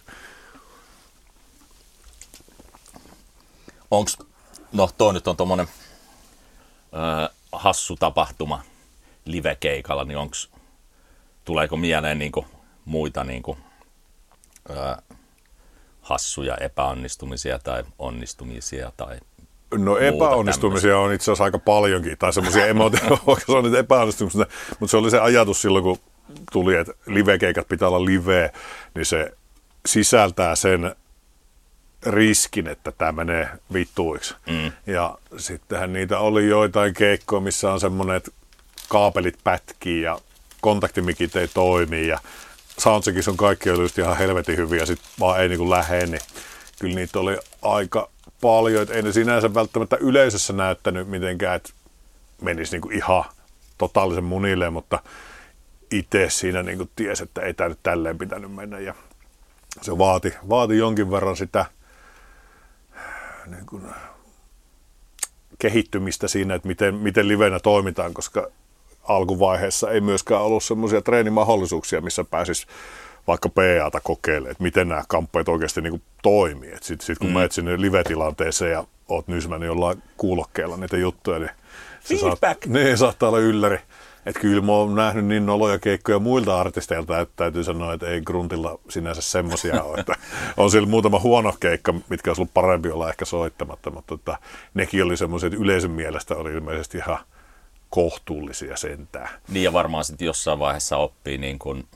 Onks, no toi nyt on tommonen äh, hassu tapahtuma live-keikalla, niin onks, tuleeko mieleen niinku muita niinku, äh, hassuja epäonnistumisia tai onnistumisia tai no epäonnistumisia on itse asiassa aika paljonkin, tai semmoisia emotionaalisia epäonnistumisia, mutta se oli se ajatus silloin, kun tuli, että live-keikat pitää olla live, niin se sisältää sen riskin, että tämä menee vittuiksi. Mm. Ja sittenhän niitä oli joitain keikkoja, missä on semmoinen, että kaapelit pätkii ja kontaktimikit ei toimi ja soundcheckissa on kaikki oli just ihan helvetin hyviä ja sitten vaan ei niinku lähde, niin kyllä niitä oli aika paljon, että ei ne sinänsä välttämättä yleisössä näyttänyt mitenkään, että menisi niinku ihan totaalisen munilleen, mutta itse siinä niinku tiesi, että ei tämä nyt tälleen pitänyt mennä ja se vaati, vaati jonkin verran sitä niin kuin kehittymistä siinä, että miten, miten livenä toimitaan, koska alkuvaiheessa ei myöskään ollut semmoisia treenimahdollisuuksia, missä pääsisi vaikka P A:ta kokeilemaan, että miten nämä kamppeet oikeasti niin kuin toimii. Sitten sit kun mm. menet sinne live-tilanteeseen ja oot nysmännyt jollain kuulokkeella niitä juttuja, niin se saat, niin, saattaa olla ylläri. Että kyllä mä oon nähnyt niin noloja keikkoja muilta artisteilta, että täytyy sanoa, että ei gruntilla sinänsä semmoisia ole. Että on siellä muutama huono keikka, mitkä olisi ollut parempi olla ehkä soittamatta, mutta että nekin oli semmoisia, että yleisön mielestä oli ilmeisesti ihan kohtuullisia sentään. Niin ja varmaan sitten jossain vaiheessa oppii niin kuin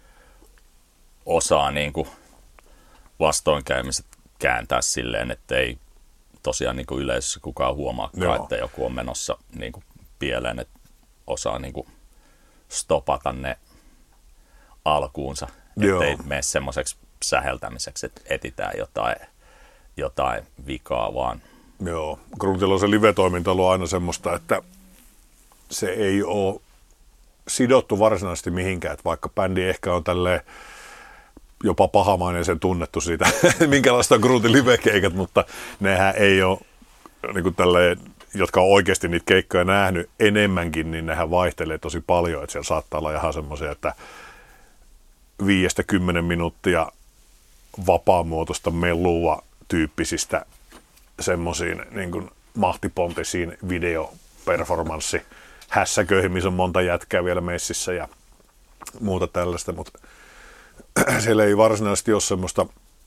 osaa niin kuin vastoinkäymiset kääntää silleen, että ei tosiaan niin kuin yleisössä kukaan huomaakaan, Joo. että joku on menossa niin kuin pieleen, että osaa niin kuin stopata ne alkuunsa, ettei mene semmoiseksi säheltämiseksi, että etitään jotain, jotain vikaa, vaan Joo, Gruntilla se live-toiminta on ollut aina semmoista, että se ei ole sidottu varsinaisesti mihinkään, että vaikka bändi ehkä on tälleen jopa pahamainen sen tunnettu siitä, minkälaista on Gruntin live-keikat, mutta nehän ei ole, niin kuin tälleen, jotka on oikeasti niitä keikkoja nähnyt enemmänkin, niin nehän vaihtelee tosi paljon, että siellä saattaa olla ihan semmoisia, että viidestä kymmenen minuuttia vapaamuotoista melua tyyppisistä semmoisiin niin kuin mahtipontisiin videoperformanssi hässäköihin, missä on monta jätkää vielä messissä ja muuta tällaista, mutta siellä ei varsinaisesti ole semmoista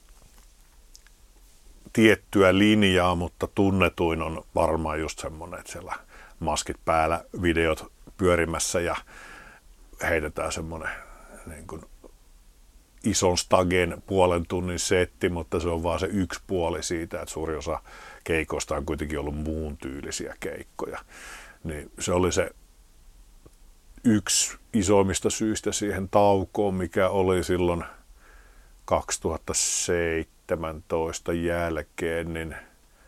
tiettyä linjaa, mutta tunnetuin on varmaan just semmoinen, että siellä maskit päällä, videot pyörimässä ja heitetään semmoinen niin kuin ison stagen puolen tunnin setti, mutta se on vaan se yksi puoli siitä, että suuri osa keikoista on kuitenkin ollut muun tyylisiä keikkoja. Niin se oli se yksi isoimmista syistä siihen taukoon, mikä oli silloin kaksituhattaseitsemäntoista jälkeen, niin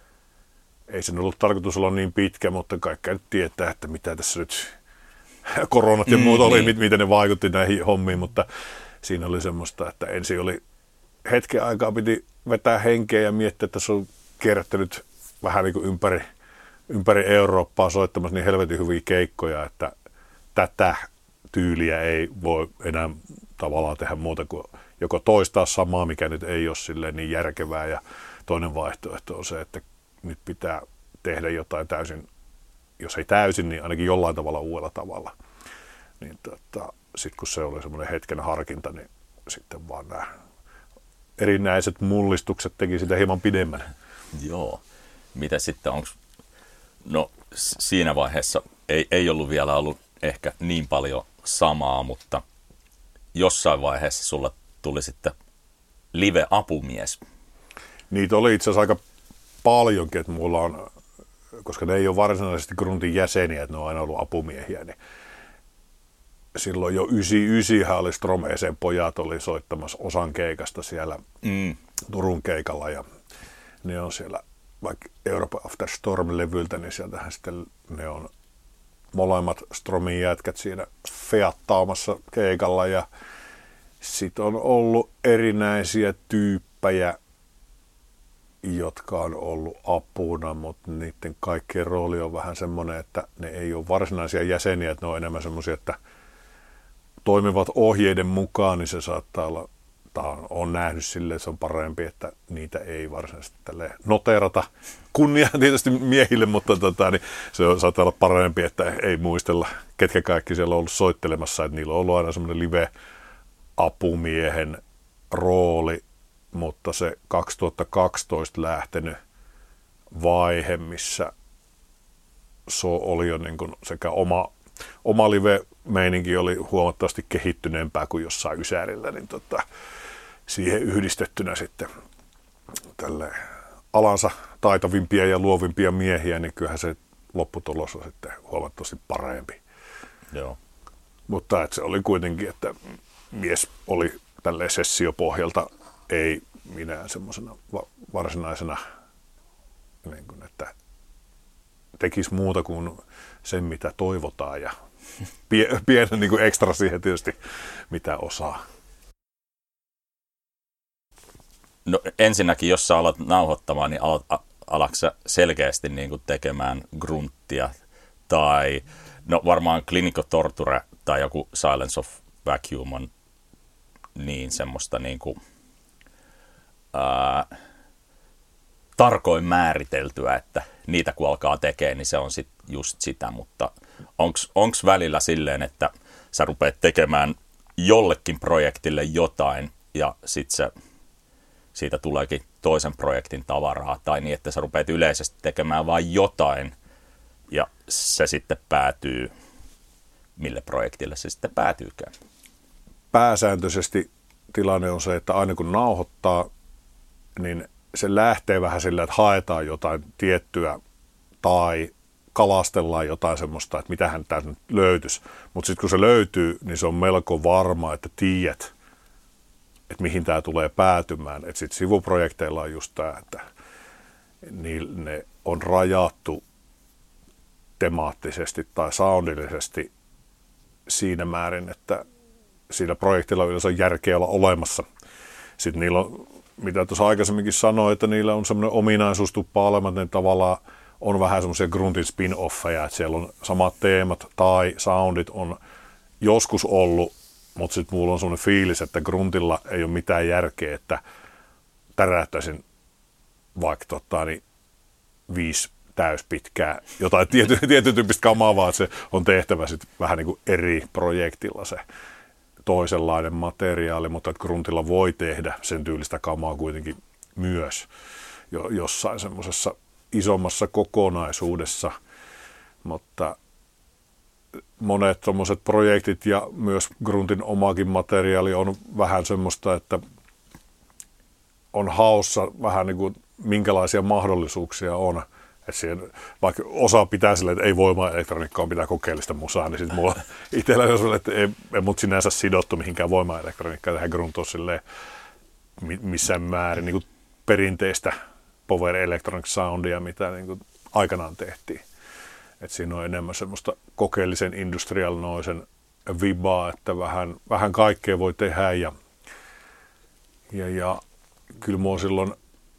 ei sen ollut tarkoitus olla niin pitkä, mutta kaikki nyt tietää, että mitä tässä nyt koronat ja muut mm, oli, niin. miten ne vaikutti näihin hommiin, mutta siinä oli semmoista, että ensin oli hetken aikaa piti vetää henkeä ja miettiä, että se on kierrättänyt vähän niin kuin ympäri, ympäri Eurooppaa soittamassa niin helvetin hyviä keikkoja, että tätä tyyliä ei voi enää tavallaan tehdä muuta kuin joko toistaa samaa, mikä nyt ei ole silleen niin järkevää, ja toinen vaihtoehto on se, että nyt pitää tehdä jotain täysin, jos ei täysin, niin ainakin jollain tavalla uudella tavalla. Niin tota, sitten kun se oli semmoinen hetken harkinta, niin sitten vaan nämä erinäiset mullistukset teki sitä hieman pidemmän. Joo. Mitä sitten onko? No siinä vaiheessa ei, ei ollut vielä ollut ehkä niin paljon samaa, mutta jossain vaiheessa sulla tuli sitten live-apumies. Niitä oli itse asiassa aika paljonkin, että mulla on, koska ne ei ole varsinaisesti Gruntin jäseniä, että ne on aina ollut apumiehiä, niin silloin jo yhdeksänkymmentäyhdeksän oli Stromeeseen pojat oli soittamassa osan keikasta siellä mm. Turun keikalla, ja ne on siellä vaikka Europa After Storm-levyltä, niin sieltähän sitten ne on molemmat Stromin jätkät siinä feattaamassa keikalla, ja sitten on ollut erinäisiä tyyppejä, jotka on ollut apuna, mutta niiden kaikkien rooli on vähän semmoinen, että ne ei ole varsinaisia jäseniä, että ne on enemmän semmoisia, että toimivat ohjeiden mukaan, niin se saattaa olla, tai on nähnyt silleen, että se on parempi, että niitä ei varsinaisesti tälleen noteerata. Kunnia tietysti miehille, mutta tota, niin se on, saattaa olla parempi, että ei muistella, ketkä kaikki siellä on ollut soittelemassa, että niillä on ollut aina semmoinen live-apumiehen rooli, mutta se kaksituhattakaksitoista lähtenyt vaihe, missä so oli jo niin kuin sekä oma, oma live-meininki oli huomattavasti kehittyneempää kuin jossain Ysärillä, niin tota, siihen yhdistettynä sitten tälle alansa taitavimpia ja luovimpia miehiä, niin kyllähän se lopputulos on sitten huomattavasti parempi. Joo. Mutta että se oli kuitenkin, että mies oli tälleen sessiopohjalta, ei minä semmoisena varsinaisena, niin kuin, että tekisi muuta kuin sen, mitä toivotaan, ja pie, pienen niin kuin ekstra siihen tietysti, mitä osaa. No ensinnäkin, jos sä alat nauhoittamaan, niin alat, alatko sä selkeästi niin kuin tekemään grunttia, tai no varmaan Clinical Torture tai joku Silence of Vacuum on niin semmoista niin kuin Ää, tarkoin määriteltyä, että niitä kun alkaa tekemään, niin se on sit just sitä, mutta onko välillä silleen, että sä rupeat tekemään jollekin projektille jotain ja sit se, siitä tuleekin toisen projektin tavaraa, tai niin, että sä rupeat yleisesti tekemään vain jotain ja se sitten päätyy, mille projektille se sitten päätyykään? Pääsääntöisesti tilanne on se, että aina kun nauhoittaa, niin se lähtee vähän sillä, että haetaan jotain tiettyä tai kalastellaan jotain semmoista, että mitähän täältä nyt löytyisi. Mutta sitten kun se löytyy, niin se on melko varma, että tiedät, että mihin tämä tulee päätymään. Että sitten sivuprojekteilla on just tämä, että niin ne on rajattu temaattisesti tai soundillisesti siinä määrin, että siinä projektilla yleensä on järkeä olla olemassa. Sitten niillä on, mitä tuossa aikaisemminkin sanoin, että niillä on semmoinen ominaisuus tuppaa olemaan, että ne tavallaan on vähän semmoisia gruntin spin-offeja, että siellä on samat teemat tai soundit on joskus ollut, mutta sitten mulla on semmoinen fiilis, että gruntilla ei ole mitään järkeä, että täräyttäisin vaikka tota, niin viisi täyspitkää jotain tiety, tietyn tyyppistä kamaa, vaan se on tehtävä sitten vähän niin kuin eri projektilla se toisenlainen materiaali, mutta että gruntilla voi tehdä sen tyylistä kamaa kuitenkin myös jo, jossain semmoisessa isommassa kokonaisuudessa, mutta monet tommoset projektit ja myös gruntin omakin materiaali on vähän semmoista, että on haussa vähän niin kuin minkälaisia mahdollisuuksia on. Että siihen, vaikka osa pitää silleen, että ei voimaelektroniikkaa, pitää kokeilla sitä musaa, niin sitten mulla itsellä on sellainen, että ei, ei mut sinänsä sidottu mihinkään voimaelektroniikkaan tähän gruntoon silleen missään määrin niin kuin perinteistä power electronic soundia, mitä niin kuin aikanaan tehtiin. Et siinä on enemmän semmoista kokeellisen industrial noisen vibaa, että vähän, vähän kaikkea voi tehdä ja, ja, ja kyllä mua silloin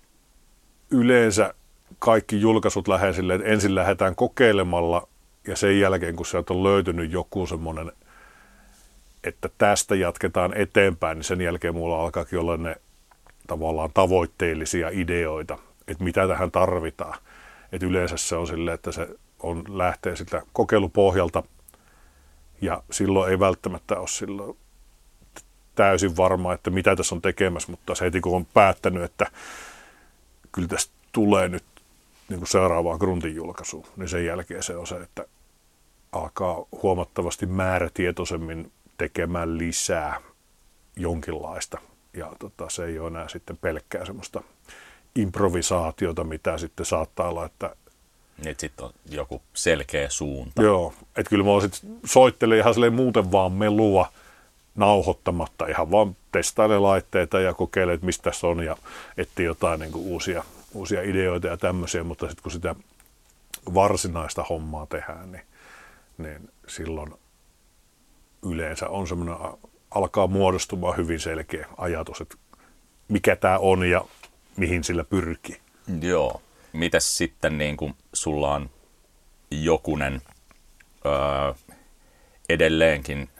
yleensä kaikki julkaisut lähden silleen, että ensin lähdetään kokeilemalla ja sen jälkeen, kun sieltä on löytynyt joku semmoinen, että tästä jatketaan eteenpäin, niin sen jälkeen mulla alkaakin olla ne tavallaan tavoitteellisia ideoita, että mitä tähän tarvitaan. Että yleensä se on silleen, että se on lähtee siltä kokeilupohjalta ja silloin ei välttämättä ole silloin täysin varma, että mitä tässä on tekemässä, mutta se heti kun on päättänyt, että kyllä tästä tulee nyt niin kuin seuraavaan gruntin julkaisuun, niin sen jälkeen se on se, että alkaa huomattavasti määrätietoisemmin tekemään lisää jonkinlaista. Ja tota, se ei ole enää sitten pelkkää semmoista improvisaatiota, mitä sitten saattaa olla, että niin, sitten on joku selkeä suunta. Joo, että kyllä mä sitten soittelen ihan silleen muuten vaan melua nauhoittamatta, ihan vaan testailen laitteita ja kokeilen, että mistä tässä on ja etsii jotain niin kuin uusia, uusia ideoita ja tämmöisiä, mutta sitten kun sitä varsinaista hommaa tehdään, niin, niin silloin yleensä on semmoinen, alkaa muodostumaan hyvin selkeä ajatus, että mikä tämä on ja mihin sillä pyrkii. Joo. Mitäs sitten niin kun sulla on jokunen öö, edelleenkin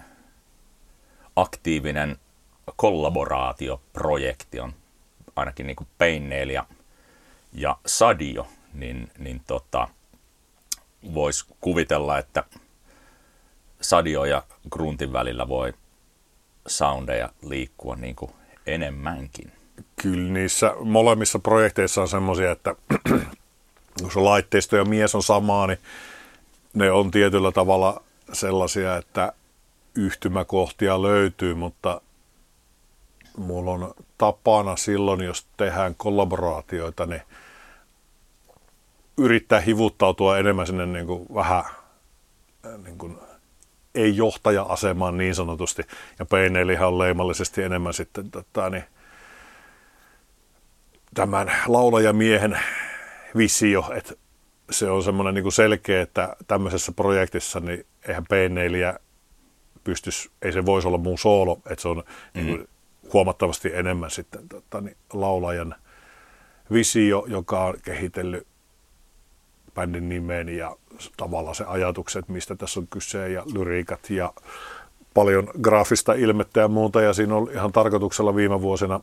aktiivinen kollaboraatioprojekti on ainakin niin kuin Pain-Nail ja, ja Sadio, niin, niin tota, voisi kuvitella, että Sadio ja gruntin välillä voi soundeja liikkua niin kuin enemmänkin. Kyllä niissä molemmissa projekteissa on semmoisia, että kun se laitteisto ja mies on samaa, niin ne on tietyllä tavalla sellaisia, että yhtymäkohtia löytyy, mutta mulla on tapana silloin, jos tehdään kollaboraatioita, niin yrittää hivuttautua enemmän sinne niin kuin vähän niin kuin ei johtaja-asemaan niin sanotusti. Ja Pain-Nailihan on leimallisesti enemmän sitten tota, niin, tämän laulajamiehen visio, että se on semmoinen niin kuin selkeä, että tämmöisessä projektissa niin eihän Pain-Nailia pystyisi, ei se voisi olla mun soolo, että se on mm-hmm. niin kuin huomattavasti enemmän sitten tota, niin, laulajan visio, joka on kehitellyt bändin nimen ja tavallaan se ajatukset, mistä tässä on kyse ja lyriikat ja paljon graafista ilmettä ja muuta. Ja siinä on ihan tarkoituksella viime vuosina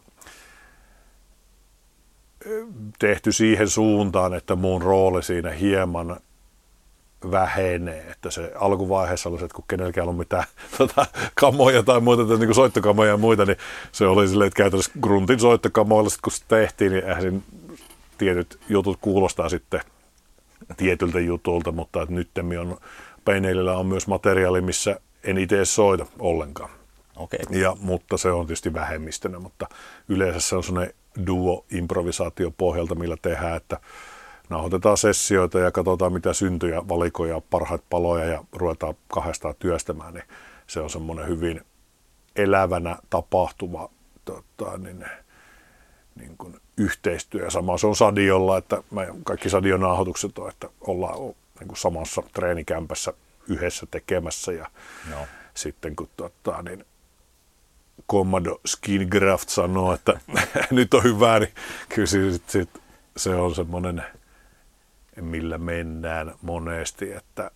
tehty siihen suuntaan, että mun rooli siinä hieman vähenee. Että se alkuvaiheessa oli se, että kun kenelläkään on mitään tota, kamoja tai muita, niin kuin soittokamoja ja muita, niin se oli silleen, että käytännössä gruntin soittokamoilla, sit kun se tehtiin, niin eihän siinä tietyt jutut kuulostaa sitten tietyltä jutulta, mutta että nyttemmin on Pain-Nailillä on myös materiaali, missä en itse soita ollenkaan. Okay. Ja, mutta se on tietysti vähemmistönä, mutta yleensä se on sellainen duo-improvisaatio pohjalta, millä tehdään, että nauhoitetaan sessioita ja katsotaan mitä syntyy ja valikoja, parhaita paloja ja ruvetaan kahdestaan työstämään, niin se on semmoinen hyvin elävänä tapahtuva tota, niin, niin kuin yhteistyö. Ja sama se on Sadiolla, että me kaikki Sadion nauhoitukset on, että ollaan niin kuin samassa treenikämpässä yhdessä tekemässä. Ja no. sitten kun tota, niin Commodore Skingraft sanoo, että nyt on hyvä, niin kyllä sit, sit, se on semmoinen, millä mennään monesti, että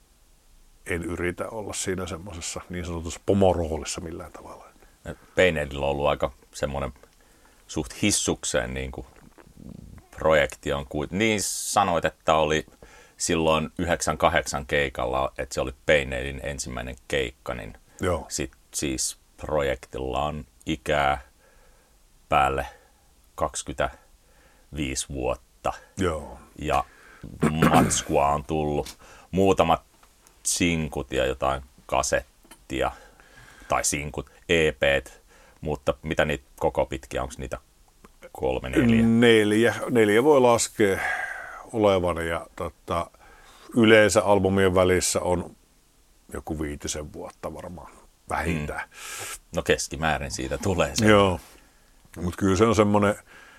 en yritä olla siinä semmoisessa niin sanotussa pomoroolissa millään tavalla. Painedilla on ollut aika semmoinen suht hissukseen niin kuin projekti on. Niin sanoit, että oli silloin yhdeksänkymmentäkahdeksan keikalla, että se oli Painedin ensimmäinen keikka, niin sitten siis projektilla on ikää päälle kaksikymmentäviisi vuotta. Joo. Ja matskua on tullut muutamat sinkut ja jotain kasettia tai sinkut, E P:t, mutta mitä niitä koko pitkiä, onko niitä kolme, neljä? Neljä, neljä voi laskea olevan ja tota, yleensä albumien välissä on joku viitisen vuotta varmaan vähintään. Hmm. No keskimäärin siitä tulee se. Joo, mutta kyllä se on semmoinen,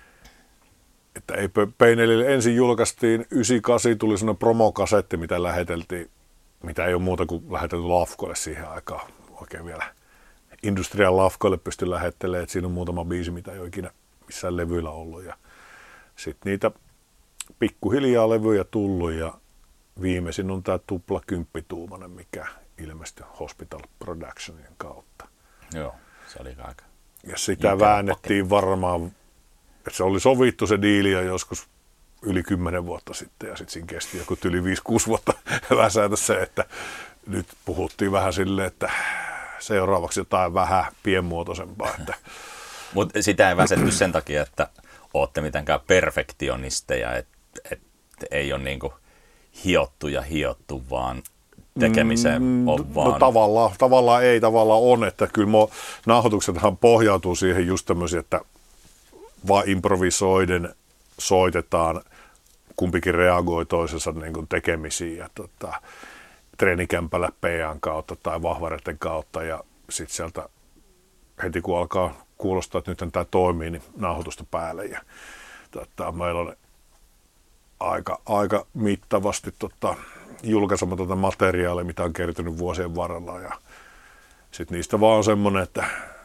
että ei Painedille ensin julkaistiin yhdeksänkymmentäkahdeksan, tuli semmoinen promokasetti, mitä läheteltiin, mitä ei ole muuta kuin lähetelty lafkoille siihen aikaan oikein vielä. Industrial lafkoille pystyi lähettelemään, että siinä on muutama biisi, mitä ei ole ikinä missään levyillä ollut. Ja sitten niitä pikkuhiljaa levyjä tullut ja viimeisin on tämä tupla kymppituumainen, mikä ilmestyi Hospital Productionin kautta. Joo, se oli aika. Ja sitä väännettiin varmaan, että se oli sovittu se diili jo joskus yli kymmenen vuotta sitten ja sitten siinä kesti joku yli viisi kuusi vuotta väsätä se, että nyt puhuttiin vähän silleen, että seuraavaksi jotain vähän pienmuotoisempaa. Että. Mutta sitä ei väsetty sen takia, että ootte mitenkään perfektionisteja, että et ei ole niinku hiottu ja hiottu, vaan tekemiseen mm, on vaan. No tavallaan, tavallaan ei, tavallaan on, että kyllä mo, nauhoituksethan pohjautuu siihen just tämmöisiä, että vaan improvisoiden soitetaan, kumpikin reagoi toisensa niin kuin tekemisiin ja tota, treenikämpällä P A:n kautta tai vahvareiden kautta ja sitten sieltä heti kun alkaa kuulostaa, että nyt tämä toimii, niin nauhoitusta päälle ja tota, meillä on aika, aika mittavasti tota, julkaisematonta materiaalia, mitä on kertynyt vuosien varrella ja sitten niistä vaan on semmoinen, että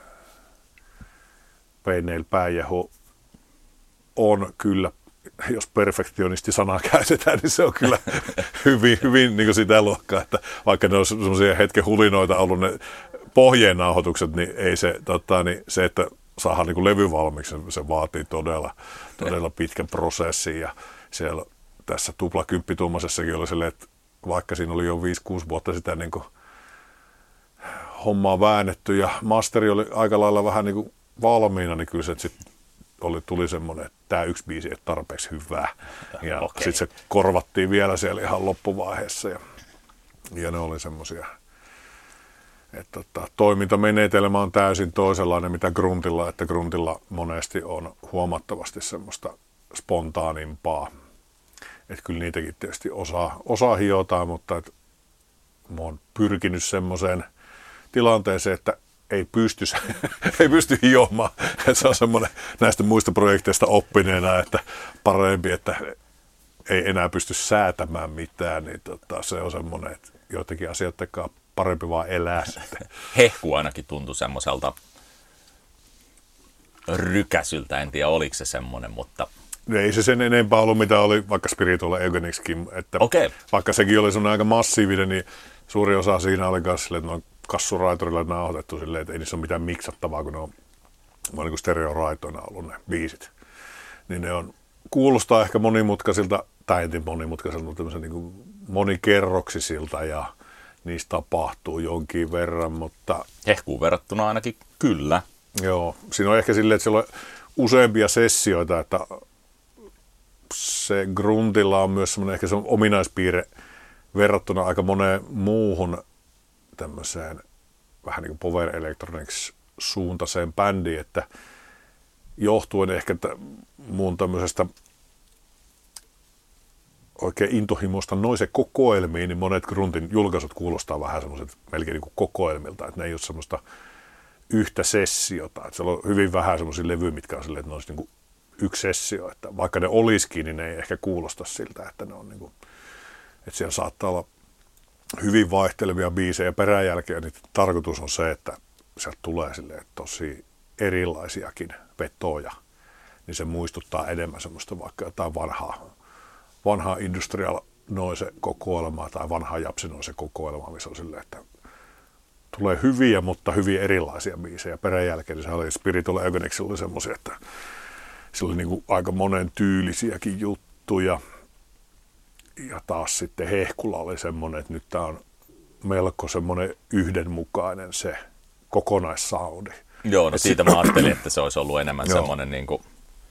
Painel Pääjehu on kyllä, jos perfektionisti-sanaa käytetään, niin se on kyllä hyvin, hyvin niin kuin sitä luokkaa, että vaikka ne on semmoisia hetken hulinoita ollut ne pohjeen nauhoitukset, niin ei se, tota, niin se että saadaan niin kuin levy valmiiksi, se vaatii todella, todella pitkän prosessin ja siellä tässä tuplakymppituumaisessakin oli silleen, että vaikka siinä oli jo viisi kuusi vuotta sitä niin kuin hommaa väännetty ja masteri oli aika lailla vähän niin kuin valmiina, niin kyllä se sitten oli, tuli semmoinen, että tämä yksi biisi ei tarpeeksi hyvää. Ja okay. Sitten se korvattiin vielä siellä ihan loppuvaiheessa. Ja, ja ne oli semmoisia, että tota, toimintamenetelmä on täysin toisenlainen mitä gruntilla, että gruntilla monesti on huomattavasti semmoista spontaanimpaa. Että kyllä niitäkin tietysti osaa, osaa hiotaan, mutta et mä oon pyrkinyt semmoiseen tilanteeseen, että ei pysty, ei pysty hiomaan. Se on semmoinen näistä muista projekteista oppineena, että parempi, että ei enää pysty säätämään mitään, niin tota, se on semmoinen, että joitakin asioita parempi vaan elää sitten. Hehku ainakin tuntui semmoiselta rykäsyltä, en tiedä oliko se semmoinen, mutta ei se sen enempää ollut, mitä oli vaikka Spiritual Eugenicskin, että okay. Vaikka sekin oli semmoinen aika massiivinen, niin suuri osa siinä oli myös silleen, että noin kassuraitorilla nauhoitettu silleen, että ei niissä ole mitään miksattavaa, kun ne on, on niin kuin stereoraitoina ollut ne biisit. Niin ne on, kuulostaa ehkä monimutkaisilta, tai en tiedä monimutkaisilta, mutta tämmöisen niin kuin monikerroksisilta ja niistä tapahtuu jonkin verran, mutta hehkuun verrattuna ainakin kyllä. Joo, siinä on ehkä silleen, että siellä on useampia sessioita, että se gruntilla on myös semmoinen ehkä se ominaispiirre verrattuna aika moneen muuhun tämmöiseen vähän niin kuin power electronics suuntaiseen bändiin, että johtuen ehkä t- muun tämmöisestä oikein intohimoista noise kokoelmiin, niin monet gruntin julkaisut kuulostaa vähän semmoiset melkein niin kuin kokoelmilta, että ne ei ole semmoista yhtä sessiota, että siellä on hyvin vähän semmoisia levyjä, mitkä on silleen, että ne olisi niin kuin yksi sessio, että vaikka ne olisikin, niin ne ei ehkä kuulosta siltä, että ne on niin kuin, että siellä saattaa olla hyvin vaihtelevia biisejä peräjälkeen, niin tarkoitus on se, että sieltä tulee silleen tosi erilaisiakin vetoja, niin se muistuttaa enemmän semmoista vaikka jotain vanhaa, vanhaa industrial noise kokoelmaa tai vanhaa japsi noise kokoelmaa, missä on silleen, että tulee hyviä, mutta hyvin erilaisia biisejä peräjälkeen. Se oli Spiritual Agonix oli semmoisia, että sillä oli niin kuin aika monen tyylisiäkin juttuja. Ja taas sitten Hehkula oli semmoinen, että nyt tämä on melko semmoinen yhdenmukainen se kokonaissoundi. Joo, no siitä mä ajattelin, että se olisi ollut enemmän semmoinen niin kuin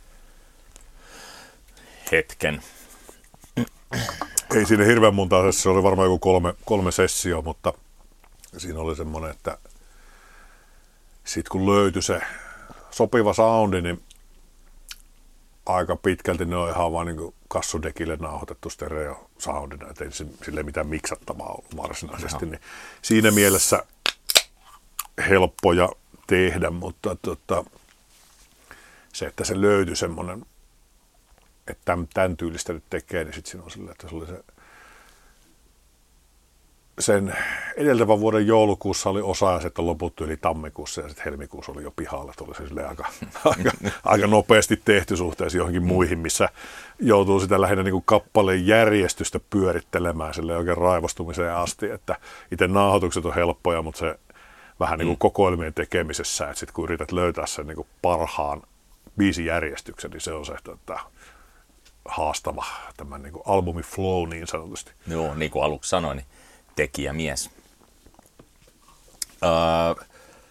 hetken. Ei siinä hirveän monta, se oli varmaan joku kolme, kolme sessioa, mutta siinä oli semmoinen, että sitten kun löytyi se sopiva soundi, niin aika pitkälti ne on ihan vaan niin kassudekille nauhoitettu stereo-soundina, ettei sille mitään miksattavaa ollut varsinaisesti. Niin siinä mielessä helppoja tehdä, mutta tota, se, että se löytyi semmoinen, että tämän, tämän tyylistä nyt tekee, niin sitten siinä on silleen, että se oli se sen edeltävän vuoden joulukuussa oli osa ja sitten loput yli tammikuussa ja sitten helmikuussa oli jo pihalla. Tuli se silleen aika, aika, aika nopeasti tehty suhteessa johonkin muihin, missä joutuu sitä lähinnä niin kuin kappaleen järjestystä pyörittelemään silleen oikein raivostumiseen asti. Että itse nauhoitukset on helppoja, mutta se vähän niin kuin kokoelmien tekemisessä, että sitten kun yrität löytää sen niin kuin parhaan biisijärjestyksen, niin se on se, että haastava tämän niin kuin albumin flow niin sanotusti. Joo, niin kuin aluksi sanoin, niin tekijämies. Öö,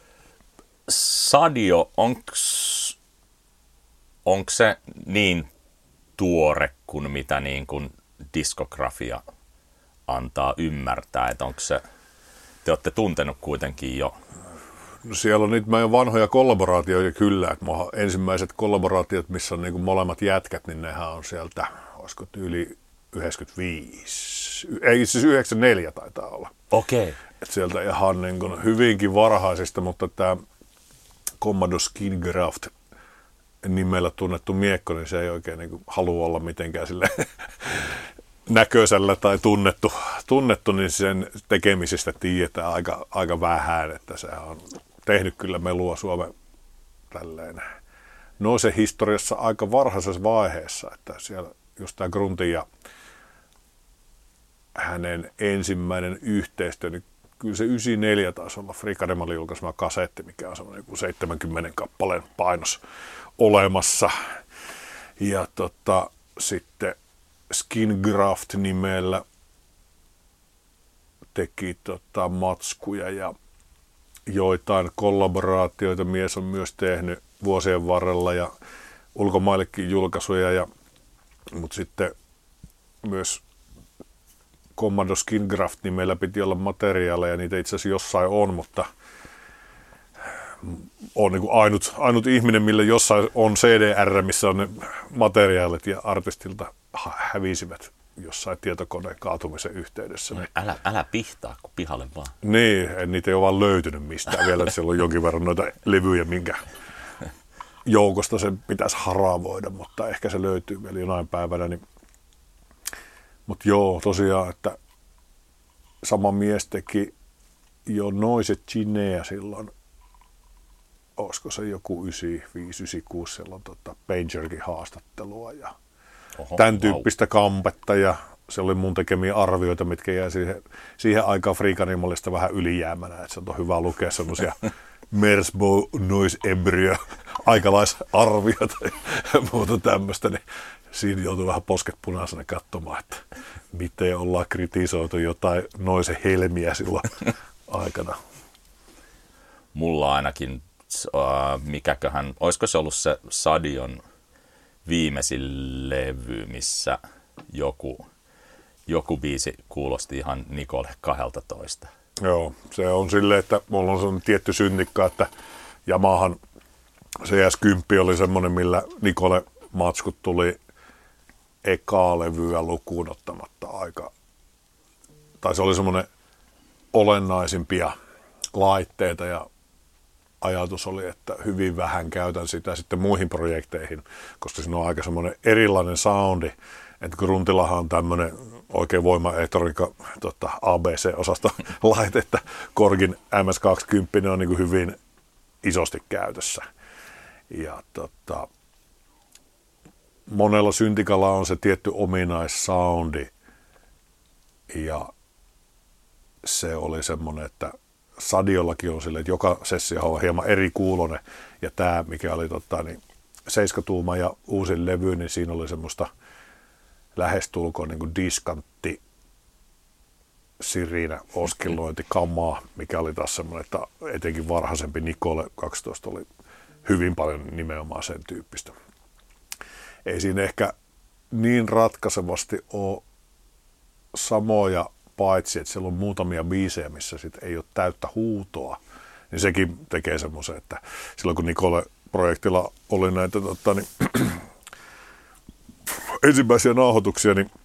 Sadio, onks, onks se niin tuore kuin mitä niin kuin diskografia antaa ymmärtää, että onko se, te olette tuntenut kuitenkin jo? No siellä on niitä meidän vanhoja kollaboraatioita kyllä, että ensimmäiset kollaboraatiot, missä on niin kuin molemmat jätkät, niin nehän on sieltä, olisiko yli yhdeksänkymmentäviisi, ei siis yhdeksänkymmentäneljä taitaa olla. Okei. Okay. Että sieltä ihan niin kuin hyvinkin varhaisista, mutta tämä Commodore Skingraft nimellä tunnettu miekko, niin se ei oikein niin kuin halua olla mitenkään sille näköisellä tai tunnettu, tunnettu, niin sen tekemisestä tiedetään aika, aika vähän, että se on tehnyt kyllä melua Suomen tälleen noisen historiassa aika varhaisessa vaiheessa, että siellä just tämä Gruntin ja hänen ensimmäinen yhteistyö, niin kyllä se yhdeksänkymmentäneljä taisi olla Frikademalin julkaisema kasetti, mikä on semmoinen joku seitsemänkymmenen kappaleen painos olemassa. Ja tota, sitten Skingraft nimellä teki tota matskuja ja joitain kollaboraatioita mies on myös tehnyt vuosien varrella ja ulkomaillekin julkaisuja, ja, mutta sitten myös Commodore Skingraft nimellä piti olla materiaaleja, niitä itse asiassa jossain on, mutta on niin kuin ainut, ainut ihminen, millä jossain on C D R, missä on ne materiaalit ja artistilta hävisivät jossain tietokoneen kaatumisen yhteydessä. No, älä, älä pihtaa, kun pihalle vaan. Niin, niitä ei ole vaan löytynyt mistään vielä, siellä on jonkin verran noita levyjä, minkä joukosta sen pitäisi haravoida, mutta ehkä se löytyy vielä jonain päivänä. Niin. Mutta joo, tosiaan, että sama mies teki jo Noise Chineä silloin, olisiko se joku yhdeksänkymmentäviisi yhdeksänkymmentäkuusi, silloin tota Pagerkin haastattelua ja Oho, tämän tyyppistä wow. kampetta, ja se oli mun tekemiä arvioita, mitkä jäi siihen, siihen aikaan Freakanimallista vähän ylijäämänä, että se on hyvä lukea semmoisia Mersbo Noise Embryo aikalaisarvioita ja muuta tämmöistä, niin siinä joutui vähän posket punaisena katsomaan, että miten ollaan kritisoitu jotain Noise Helmiä silloin aikana. Mulla ainakin, äh, mikäköhän, olisiko se ollut se Sadion viimeisin levy, missä joku, joku biisi kuulosti ihan Nikole kaksitoista. Joo, se on silleen, että mulla on sellainen tietty syntikka, että Yamahan C S kymmenen oli semmoinen, millä Nikole matskut tuli ekaa levyä lukuun ottamatta aika, tai se oli semmoinen olennaisimpia laitteita ja ajatus oli, että hyvin vähän käytän sitä sitten muihin projekteihin, koska siinä on aika semmoinen erilainen soundi, että Gruntillahan on tämmöinen oikein voimaelektroniikka tota, A B C-osasta laite, että Korgin M S kaksikymmentä on niin kuin hyvin isosti käytössä. Ja tota, monella syntikalla on se tietty ominaissoundi, ja se oli semmoinen, että Sadiollakin on silleen, että joka sessio on hieman eri kuulonen, ja tämä, mikä oli tota, niin seiskatuuma ja uusin levy, niin siinä oli semmoista lähestulkoon niin kuin diskantti sirinä oskillointikamaa, mikä oli taas semmoinen, että etenkin varhaisempi Nicole kaksitoista oli hyvin paljon nimenomaan sen tyyppistä. Ei siinä ehkä niin ratkaisevasti ole samoja, paitsi että siellä on muutamia biisejä, missä sit ei ole täyttä huutoa, niin sekin tekee semmoisen, että silloin kun Nicole-projektilla oli näitä tota, niin, ensimmäisiä nauhoituksia, niin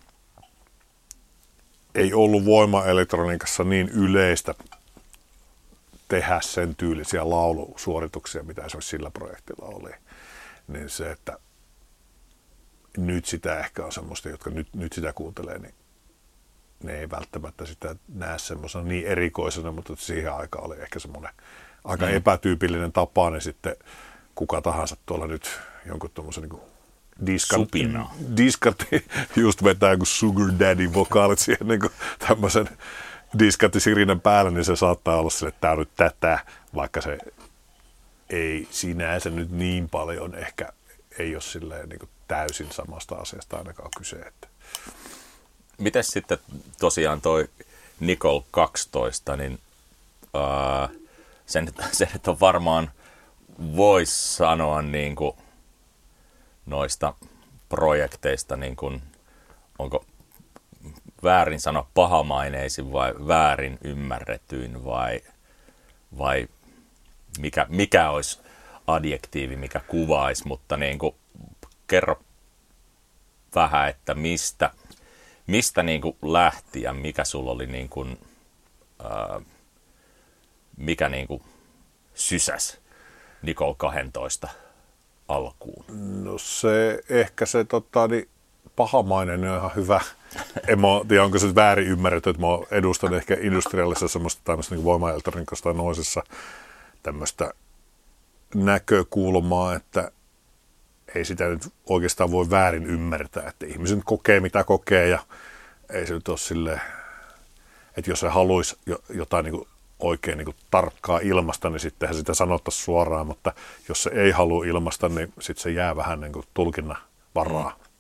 ei ollut voimaelektroniikassa niin yleistä tehdä sen tyylisiä laulusuorituksia, mitä esimerkiksi sillä projektilla oli. Niin se, että nyt sitä ehkä on semmoista, jotka nyt, nyt sitä kuuntelee, niin ne ei välttämättä sitä näe semmoisena niin erikoisena, mutta siihen aikaan oli ehkä semmoinen aika mm. epätyypillinen tapa, niin sitten kuka tahansa tuolla nyt jonkun tuommoisen niin diskatti, diskatti just vetää joku Sugar Daddy vokaalit siihen niin tämmöisen diskattisirinen päälle, niin se saattaa olla sille, että tämä on nyt tätä, vaikka se ei sinänsä nyt niin paljon ehkä ei ole silleen niin kuin täysin samasta asiasta ainakaan kyse. Että. Mites sitten tosiaan toi Nicole kaksitoista, niin ää, sen, sen että on varmaan voisi sanoa niin kuin noista projekteista, niin kuin, onko väärin sanoa pahamaineisin vai väärin ymmärretyin vai, vai mikä, mikä olisi adjektiivi, mikä kuvaisi, mutta niin kuin, kerro vähän, että mistä, mistä niin kuin lähti ja mikä sulla oli, niin kuin, ää, mikä niin kuin sysäs Nicole kaksitoista alkuun? No se ehkä se tota, niin pahamainen on ihan hyvä. En mä tiedä, onko se väärin ymmärretty, että mä edustan ehkä industriallisessa semmoista tämmöistä niin voimaelektroniikasta tai noisessa tämmöistä näkökulmaa, että ei sitä nyt oikeastaan voi väärin ymmärtää, että ihmiset kokee mitä kokee ja ei se nyt ole silleen, että jos se haluaisi jotain niin kuin oikein niin kuin tarkkaa ilmasta, niin sittenhän sitä sanottaisiin suoraan, mutta jos se ei halua ilmasta, niin sitten se jää vähän niin kuin tulkinnan varaa. Mm.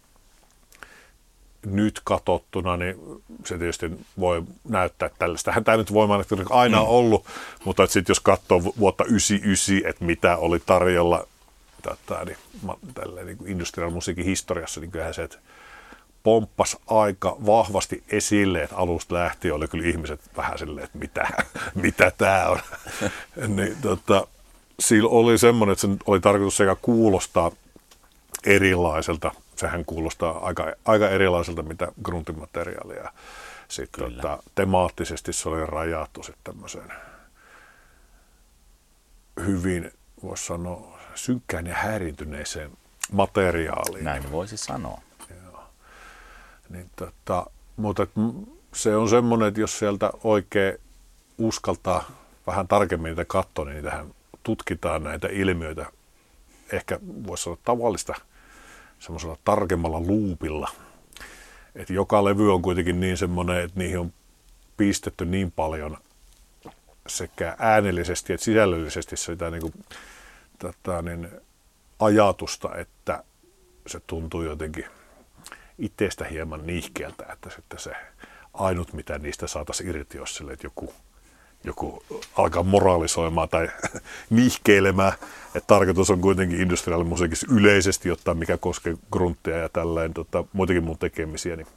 Nyt katsottuna, niin se tietysti voi näyttää, että tällaistähän tämä nyt voimaelektroniikka aina mm. on ollut, mutta sitten jos katsoo vuotta yhdeksänkymmentäyhdeksän, että mitä oli tarjolla tätä, niin, tälleen, niin kuin industrial musiikin historiassa, niin kyllähän se, että pomppasi aika vahvasti esille, että alusta lähtien oli kyllä ihmiset vähän silleen, että mitä, mitä tämä on. niin, tota, sillä oli semmoinen, että se oli tarkoitus sekä kuulostaa erilaiselta, sehän kuulostaa aika, aika erilaiselta, mitä gruntin materiaalia. Sitten tota, temaattisesti se oli rajattu sitten tämmöiseen hyvin, voisi sanoa, synkkään ja häiriintyneeseen materiaaliin. Näin voisi sanoa. Niin tota, mutta se on semmoinen, että jos sieltä oikein uskaltaa vähän tarkemmin niitä katsoa, niin niitähän tutkitaan näitä ilmiöitä. Ehkä voisi sanoa tavallista semmoisella tarkemmalla luupilla. Että joka levy on kuitenkin niin semmoinen, että niihin on pistetty niin paljon sekä äänellisesti että sisällöllisesti sitä niin kuin, tota, niin, ajatusta, että se tuntuu jotenkin itsestä hieman niihkeältä, että sitten se ainut, mitä niistä saataisiin irti, jos sille, että joku, joku alkaa moraalisoimaan tai niihkeilemään. Että tarkoitus on kuitenkin industriaalimusiikissa yleisesti ottaa, mikä koskee grunttia ja tällainen, tota, muitakin mun tekemisiä, niin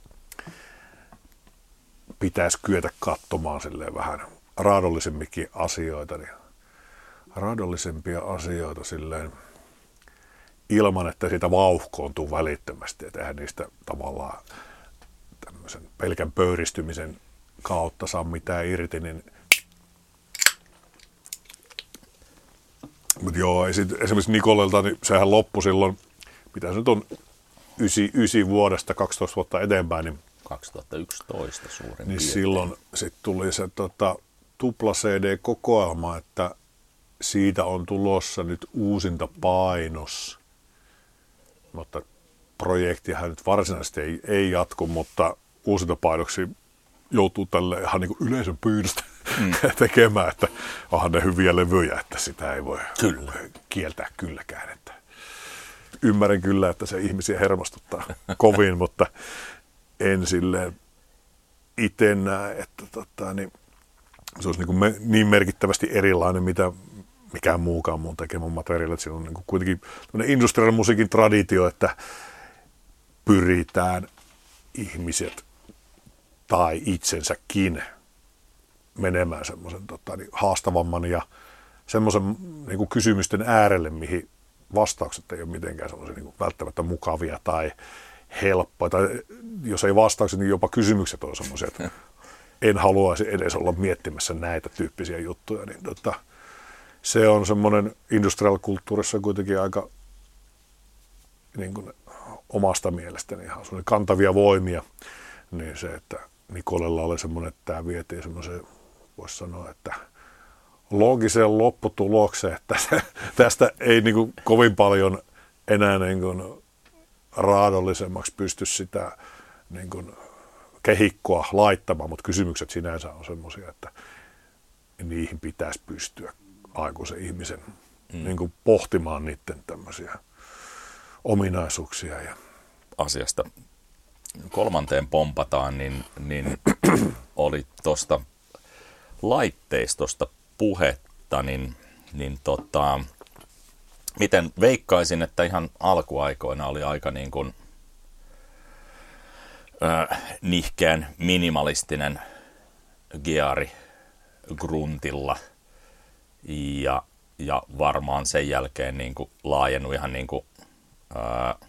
pitäisi kyetä katsomaan silleen vähän raadollisempikin asioita, niin raadollisempia asioita silleen ilman, että siitä vauhkoontuu välittömästi, että eihän niistä tavallaan tämmöisen pelkän pöyristymisen kautta saa mitään irti, niin Mutta joo, esimerkiksi Nikolelta, niin sehän loppui silloin, mitä se nyt on, yhdeksän vuodesta kaksitoista vuotta eteenpäin. Niin, kaksituhattayksitoista suurin Niin piirtein. silloin sitten tuli se tota, tupla C D-kokoelma, että siitä on tulossa nyt uusinta painos. Mutta projektihan nyt varsinaisesti ei, ei jatku, mutta uusinta painoksi joutuu tälle ihan niin kuin yleisön pyynnöstä mm. tekemään, että onhan ne hyviä levyjä, että sitä ei voi kyllä. kieltää kylläkään. Että ymmärrän kyllä, että se ihmisiä hermostuttaa kovin, mutta en silleen itse näe, että tota, niin, se olisi niin, kuin me, niin merkittävästi erilainen, mitä mikään muukaan muun tekemä materiaali. Siinä on niin kuin kuitenkin industrial musiikin traditio, että pyritään ihmiset tai itsensäkin menemään semmoisen tota, niin haastavamman ja semmoisen niin kuin kysymysten äärelle, mihin vastaukset ei ole mitenkään semmoisia niin kuin välttämättä mukavia tai helppoja. Tai jos ei vastaukset, niin jopa kysymykset on semmoisia, että en haluaisi edes olla miettimässä näitä tyyppisiä juttuja. Niin, tota, se on semmoinen industrial-kulttuurissa kuitenkin aika niin kuin omasta mielestäni ihan semmoinen kantavia voimia. Niin se, että Nikolella oli semmoinen, että tämä vietiin semmoiseen, voisi sanoa, että loogiseen lopputulokseen, että tästä ei niin kuin kovin paljon enää niin kuin raadollisemmaksi pysty sitä niin kuin kehikkoa laittamaan, mutta kysymykset sinänsä on semmoisia, että niihin pitäisi pystyä aikuisen ihmisen mm. niin kuin pohtimaan niiden tämmöisiä ominaisuuksia. Ja asiasta kolmanteen pompataan, niin, niin oli tuosta laitteistosta puhetta, niin, niin tota, miten veikkaisin, että ihan alkuaikoina oli aika niin kuin äh, nihkeän minimalistinen geari gruntilla ja, ja varmaan sen jälkeen niin kuin laajennut ihan niin kuin, äh,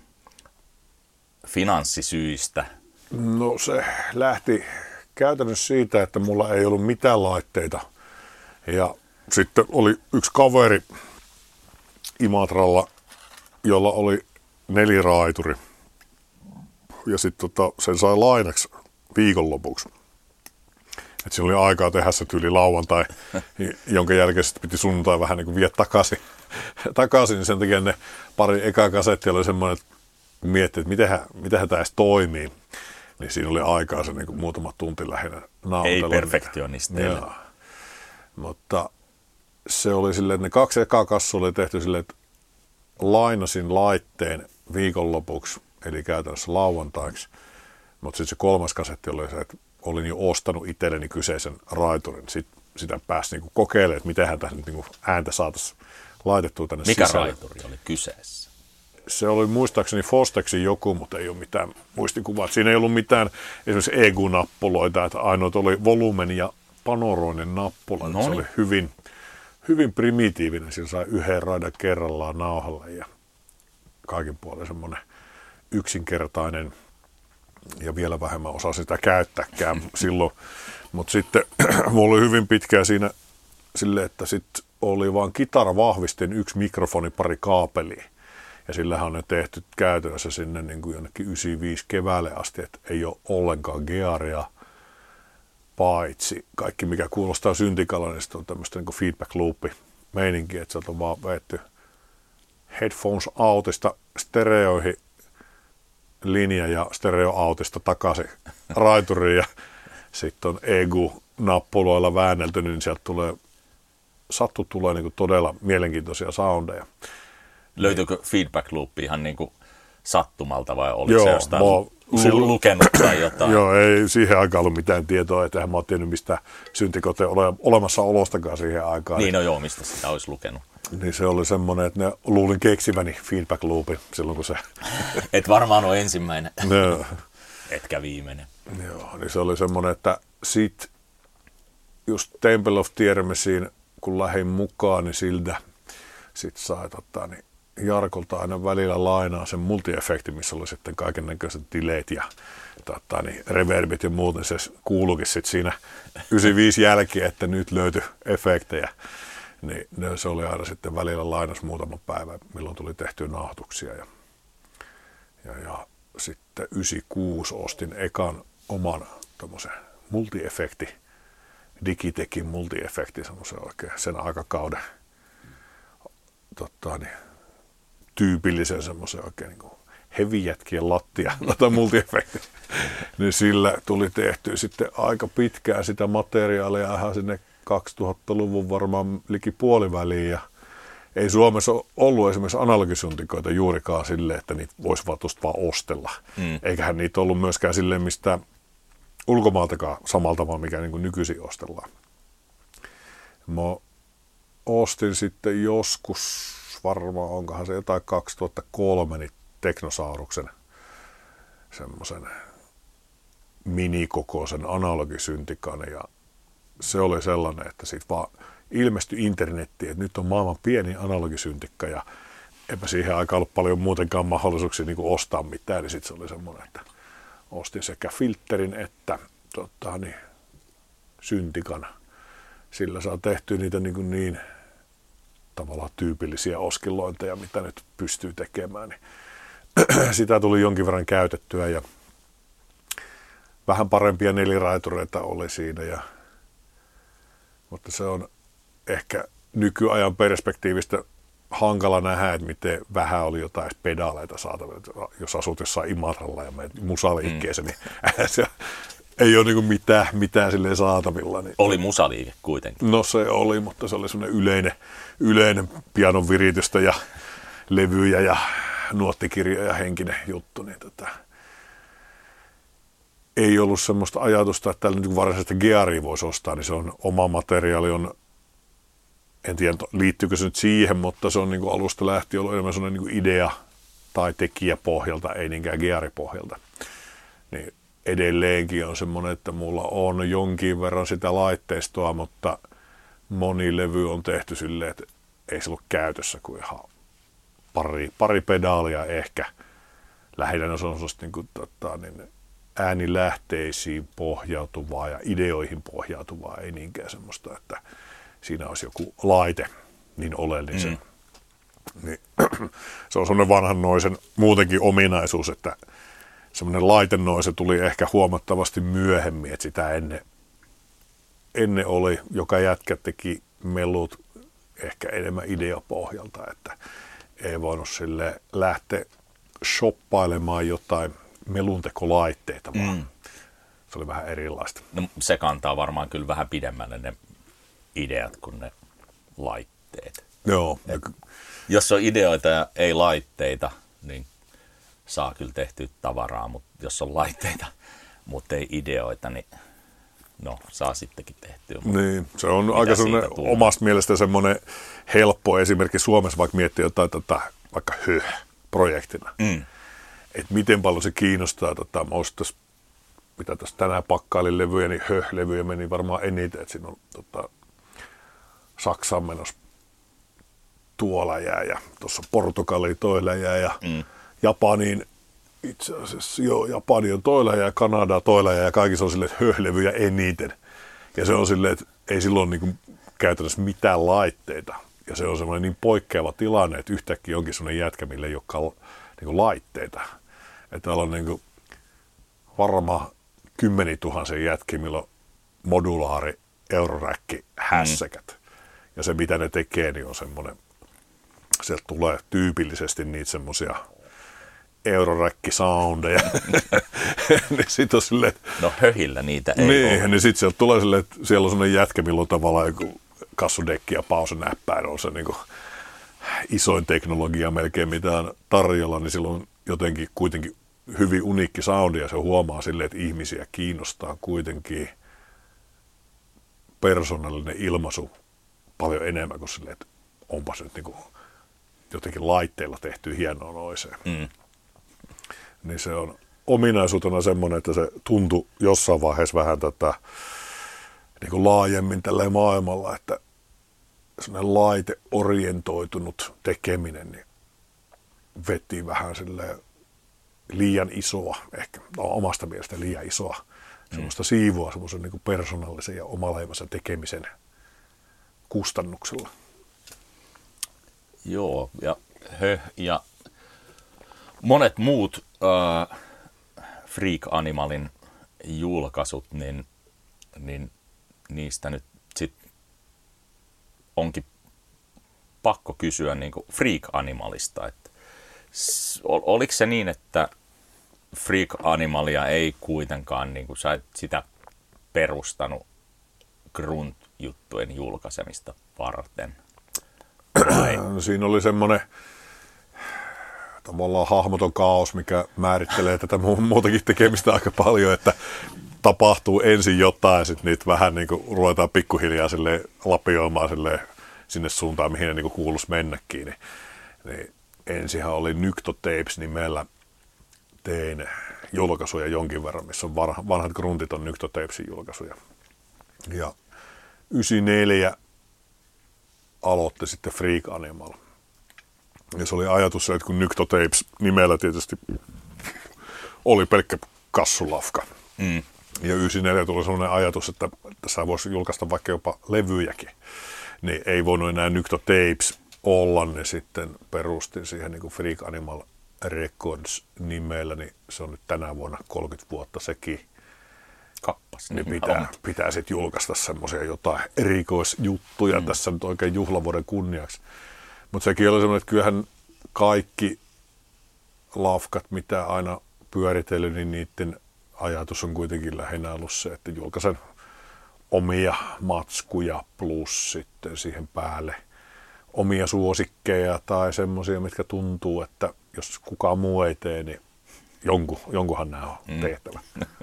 finanssisyistä. No se lähti käytännössä siitä, että mulla ei ollut mitään laitteita. Ja sitten oli yksi kaveri Imatralla, jolla oli neliraituri. Ja sitten tota, sen sai lainaksi viikonlopuksi. Et siinä oli aikaa tehdä se tyyli lauantai, jonka jälkeen sitten piti sunnuntai vähän niin kuin viedä takaisin. takaisin. Niin sen takia ne pari ekaa kasettia oli semmoinen, että miettii, että mitenhän, mitenhän tämä edes toimii. Niin siinä oli aikaa se niin kuin muutama tunti lähinnä nautella. Ei perfektionisteille. Mutta se oli silleen, että ne kaksi ekaa kassua oli tehty silleen, että lainasin laitteen viikonlopuksi, eli käytännössä lauantaiksi. Mutta sitten se kolmas kasetti oli se, että olin jo ostanut itselleni kyseisen raiturin. Sitten sitä pääsi niinku kokeilemaan, että mitenhän tässä nyt niinku ääntä saataisiin laitettua tänne Mikä sisälle. Mikä raituri oli kyseessä? Se oli muistaakseni Fostexin joku, mutta ei ole mitään muistikuvaa. Siinä ei ollut mitään esimerkiksi E G U-nappuloita, että ainoat oli volumen ja panoroinen nappula. No niin. Se oli hyvin, hyvin primitiivinen. Siinä sai yhden raidan kerrallaan nauhalle ja kaikin puolin semmoinen yksinkertainen ja vielä vähemmän osaa sitä käyttääkään silloin. Mutta sitten mulla oli hyvin pitkään siinä silleen, että sitten oli vaan kitaravahvistin, yksi mikrofoni, pari kaapelia. Ja sillähän on ne tehty käytännössä sinne niin kuin jonnekin yhdeksänkymmentäviisi keväälle asti, että ei ole ollenkaan gearia, paitsi kaikki mikä kuulostaa syntikalle, niin on tämmöistä niin kuin feedback loopi meininki, että sieltä on vaan vetty headphones autista stereoihin linja ja stereo-autista takaisin raituriin ja sitten on E G U-nappuloilla väännelty, niin sieltä tulee, sattu tulee niin kuin todella mielenkiintoisia soundeja. Löytyykö feedback loop ihan niin kuin sattumalta vai oliko joo, se jostain mä, lukenut tai jotain? Joo, ei siihen aikaan ollut mitään tietoa, että mä oon tiennyt mistä syntikoteen ole olemassa olostakaan siihen aikaan. Niin, no joo, mistä sitä olisi lukenut. Niin se oli semmoinen, että ne luulin keksiväni feedback loopin silloin, kun se... Et varmaan ole ensimmäinen, no. etkä viimeinen. Joo, niin se oli semmoinen, että sit just Temple of Tiermesiin, kun lähdin mukaan, niin siltä sit sai tota, niin Jarkolta aina välillä lainaa sen multi-efekti, missä oli sitten kaiken näköiset delayt ja tota, niin reverbit ja muut, niin se kuuluikin sitten siinä yhdeksänkymmentäviisi jälkeen, että nyt löytyi efektejä. Niin ne, se oli aina sitten välillä lainas muutama päivä, milloin tuli tehtyä nauhoituksia. Ja, ja, ja sitten yhdeksänkymmentäkuusi ostin ekan oman tommosen multi-efekti, Digitekin multi-efekti, semmoisen oikein sen aikakauden totta, niin, tyypillisen semmoisen oikein niin kuin heavy-jätkien lattia tota multi-efekti. Niin sillä tuli tehtyä sitten aika pitkään sitä materiaalia ihan sinne kaksituhattaluvun varmaan liki puoliväliin. Ja ei Suomessa ollut esimerkiksi analogisyntikoita juurikaan silleen, että niitä voisi vaan tuosta vaan ostella. Mm. Eiköhän niitä ollut myöskään silleen mistään ulkomaaltakaan samalla tavalla, mikä niin kuin nykyisin ostellaan. Mä ostin sitten joskus, varmaan onkohan se jotain kaksituhattakolme, niin Teknosauruksen semmoisen minikokoisen analogisyntikan. Ja se oli sellainen, että siitä vaan ilmestyi internettiin, että nyt on maailman pieni analogisyntikka ja eipä siihen aikaan ollut paljon muutenkaan mahdollisuuksia niin kuin ostaa mitään, niin sitten se oli semmoinen, että ostin sekä filterin että tota, niin, syntikan. Sillä saa tehtyä niitä niin, kuin niin tavallaan tyypillisiä oskillointeja, mitä nyt pystyy tekemään. Niin sitä tuli jonkin verran käytettyä ja vähän parempia neliraitureita oli siinä. Ja, mutta se on ehkä nykyajan perspektiivistä hankala nähdä, että miten vähän oli jotain pedaaleita saatavilla. Jos asut jossain Imatralla ja menet musaliikkeeseen, mm. niin se ei ole niin mitään, mitään silleen saatavilla. Niin oli musaliike kuitenkin. No se oli, mutta se oli semmoinen yleinen, yleinen pianon viritystä ja levyjä ja nuottikirjoja ja henkinen juttu. Niin tota, ei ollut semmoista ajatusta, että tällä niin varsinaista gearia voisi ostaa, niin se on oma materiaali, on, en tiedä liittyykö se nyt siihen, mutta se on niin kuin alusta lähtien ollut enemmän sellainen niin kuin idea tai tekijäpohjalta, ei niinkään gearipohjalta. Niin edelleenkin on semmoinen, että mulla on jonkin verran sitä laitteistoa, mutta moni levy on tehty silleen, että ei se ollut käytössä kuin ihan pari, pari pedaalia ehkä. Lähinnä se on sellaista niin kuin, tota, niin äänilähteisiin pohjautuvaa ja ideoihin pohjautuvaa, ei niinkään semmoista, että siinä olisi joku laite niin oleellisen. Mm. Niin, se on semmoinen vanhan noisen muutenkin ominaisuus, että semmoinen laitenoise tuli ehkä huomattavasti myöhemmin, että sitä ennen, ennen oli, joka jätkä teki melut ehkä enemmän ideapohjalta, että ei voinut sille lähteä shoppailemaan jotain meluntekolaitteita, vaan mm. se oli vähän erilaista. No, se kantaa varmaan kyllä vähän pidemmälle ne ideat kuin ne laitteet. Joo. Et, jos on ideoita ja ei laitteita, niin saa kyllä tehtyä tavaraa, mutta jos on laitteita, mutta ei ideoita, niin no, saa sittenkin tehtyä. Niin, se on aika omasta mielestä semmoinen helppo esimerkki Suomessa, vaikka miettii jotain tota, vaikka höh-projektina. Mm. Että miten paljon se kiinnostaa, tota, mä ostas, mitä tässä tänään pakkailin levyjä, niin höh-levyjä meni varmaan eniten, että siinä on tota, Saksaan menossa tuolla jää ja tuossa Portugaliin toilla jää ja mm. Japaniin itse asiassa joo, Japani on toilla ja Kanada toilla ja kaikissa on silleen, että höh-levyjä eniten. Ja se on silleen, että ei silloin niin kuin käytännössä mitään laitteita. Ja se on semmoinen niin poikkeava tilanne, että yhtäkkiä onkin semmoinen jätkä, millä ei olekaan niin kuin laitteita. Että täällä on niin kuin varmaan kymmenituhansia jätkiä, millä on modulaari euroräkki hässäkät. Mm. Ja se, mitä ne tekee, niin on semmoinen, sieltä tulee tyypillisesti niitä semmoisia euroräkkisoundeja. niin sit on silleen, no höhillä niitä ei niin, ole. Niin sit sieltä tulee silleen, että siellä on semmoinen jätkä, milloin tavallaan joku kassudekki ja pausenäppäin on se niin kuin isoin teknologia melkein mitä on tarjolla, niin silloin jotenkin kuitenkin hyvin uniikki soundi ja se huomaa silleen, että ihmisiä kiinnostaa kuitenkin persoonallinen ilmaisu paljon enemmän kuin silleen, että onpa se nyt niin kuin jotenkin laitteilla tehty hienoa noiseen. Mm. Niin se on ominaisuutena semmoinen, että se tuntui jossain vaiheessa vähän tätä niin kuin laajemmin tällä maailmalla, että semmoinen laiteorientoitunut tekeminen niin veti vähän silleen liian isoa, ehkä no, omasta mielestä liian isoa, mm. semmoista siivua semmoisen niin kuin persoonallisen ja omaleimaisen tekemisen kustannuksella. Joo, ja hö, ja monet muut äh, Freak Animalin julkaisut, niin, niin niistä nyt sit onkin pakko kysyä niin kuin Freak Animalista, että oliko se niin, että Freak Animalia ei kuitenkaan, niin kuin sä et sitä perustanut grunt-juttujen julkaisemista varten? No, siinä oli semmoinen tavallaan hahmoton kaos, mikä määrittelee tätä muutakin tekemistä aika paljon, että tapahtuu ensin jotain ja sitten niitä vähän niin kuin ruvetaan pikkuhiljaa lapioimaan sinne suuntaan, mihin ne niin kuin kuuluisi mennäkin. Niin, niin ensinhän oli Nyktotapes nimellä, tein julkaisuja jonkin verran, missä on vanha, vanhat gruntit on Nyktotapesin julkaisuja. Ja yhdeksänkymmentäneljä aloitti sitten Freak Animal. Ja se oli ajatus se, että kun Nyktotapes nimellä tietysti oli pelkkä kassulafka. Mm. Ja yhdeksänkymmentäneljä tuli sellainen ajatus, että tässä voisi julkaista vaikka jopa levyjäkin. Niin ei voinut enää Nyktotapes olla, niin sitten perustin siihen niin kuin Freak Animal Records nimellä, niin se on nyt tänä vuonna kolmekymmentä vuotta sekin. Kappas. Niin pitää, pitää sitten julkaista semmoisia jotain erikoisjuttuja mm. tässä nyt oikein juhlavuoden kunniaksi. Mutta sekin oli semmoinen, että kyllähän kaikki lafkat, mitä aina pyöritellyt, niin niiden ajatus on kuitenkin lähinnä ollut se, että julkaisen omia matskuja plus sitten siihen päälle omia suosikkeja tai semmoisia, mitkä tuntuu, että jos kukaan muu ei tee, niin jonkun, jonkunhan nämä on mm. tehtävä.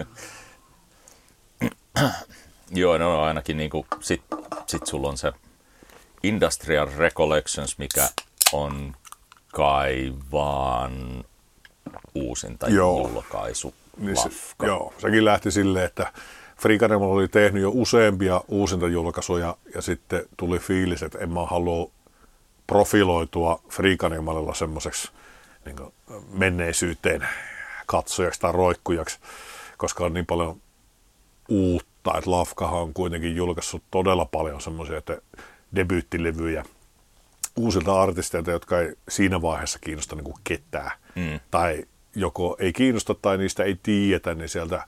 Joo, no ainakin niinku, sit, sit sulla on se Industrial Recollections, mikä on kai vaan uusinta julkaisu niin se, joo, sekin lähti silleen, että Freak Animal oli tehnyt jo useampia uusinta julkaisuja ja sitten tuli fiilis, että en mä halua profiloitua Freak Animalilla semmoiseksi niin kuin menneisyyteen katsojaksi tai roikkujaksi, koska on niin paljon uutta, että Lafkahan on kuitenkin julkaissut todella paljon semmoisia debyyttilevyjä uusilta artisteilta, jotka ei siinä vaiheessa kiinnosta niin kuin ketään. Mm. Tai joko ei kiinnosta tai niistä ei tiedetä, niin sieltä,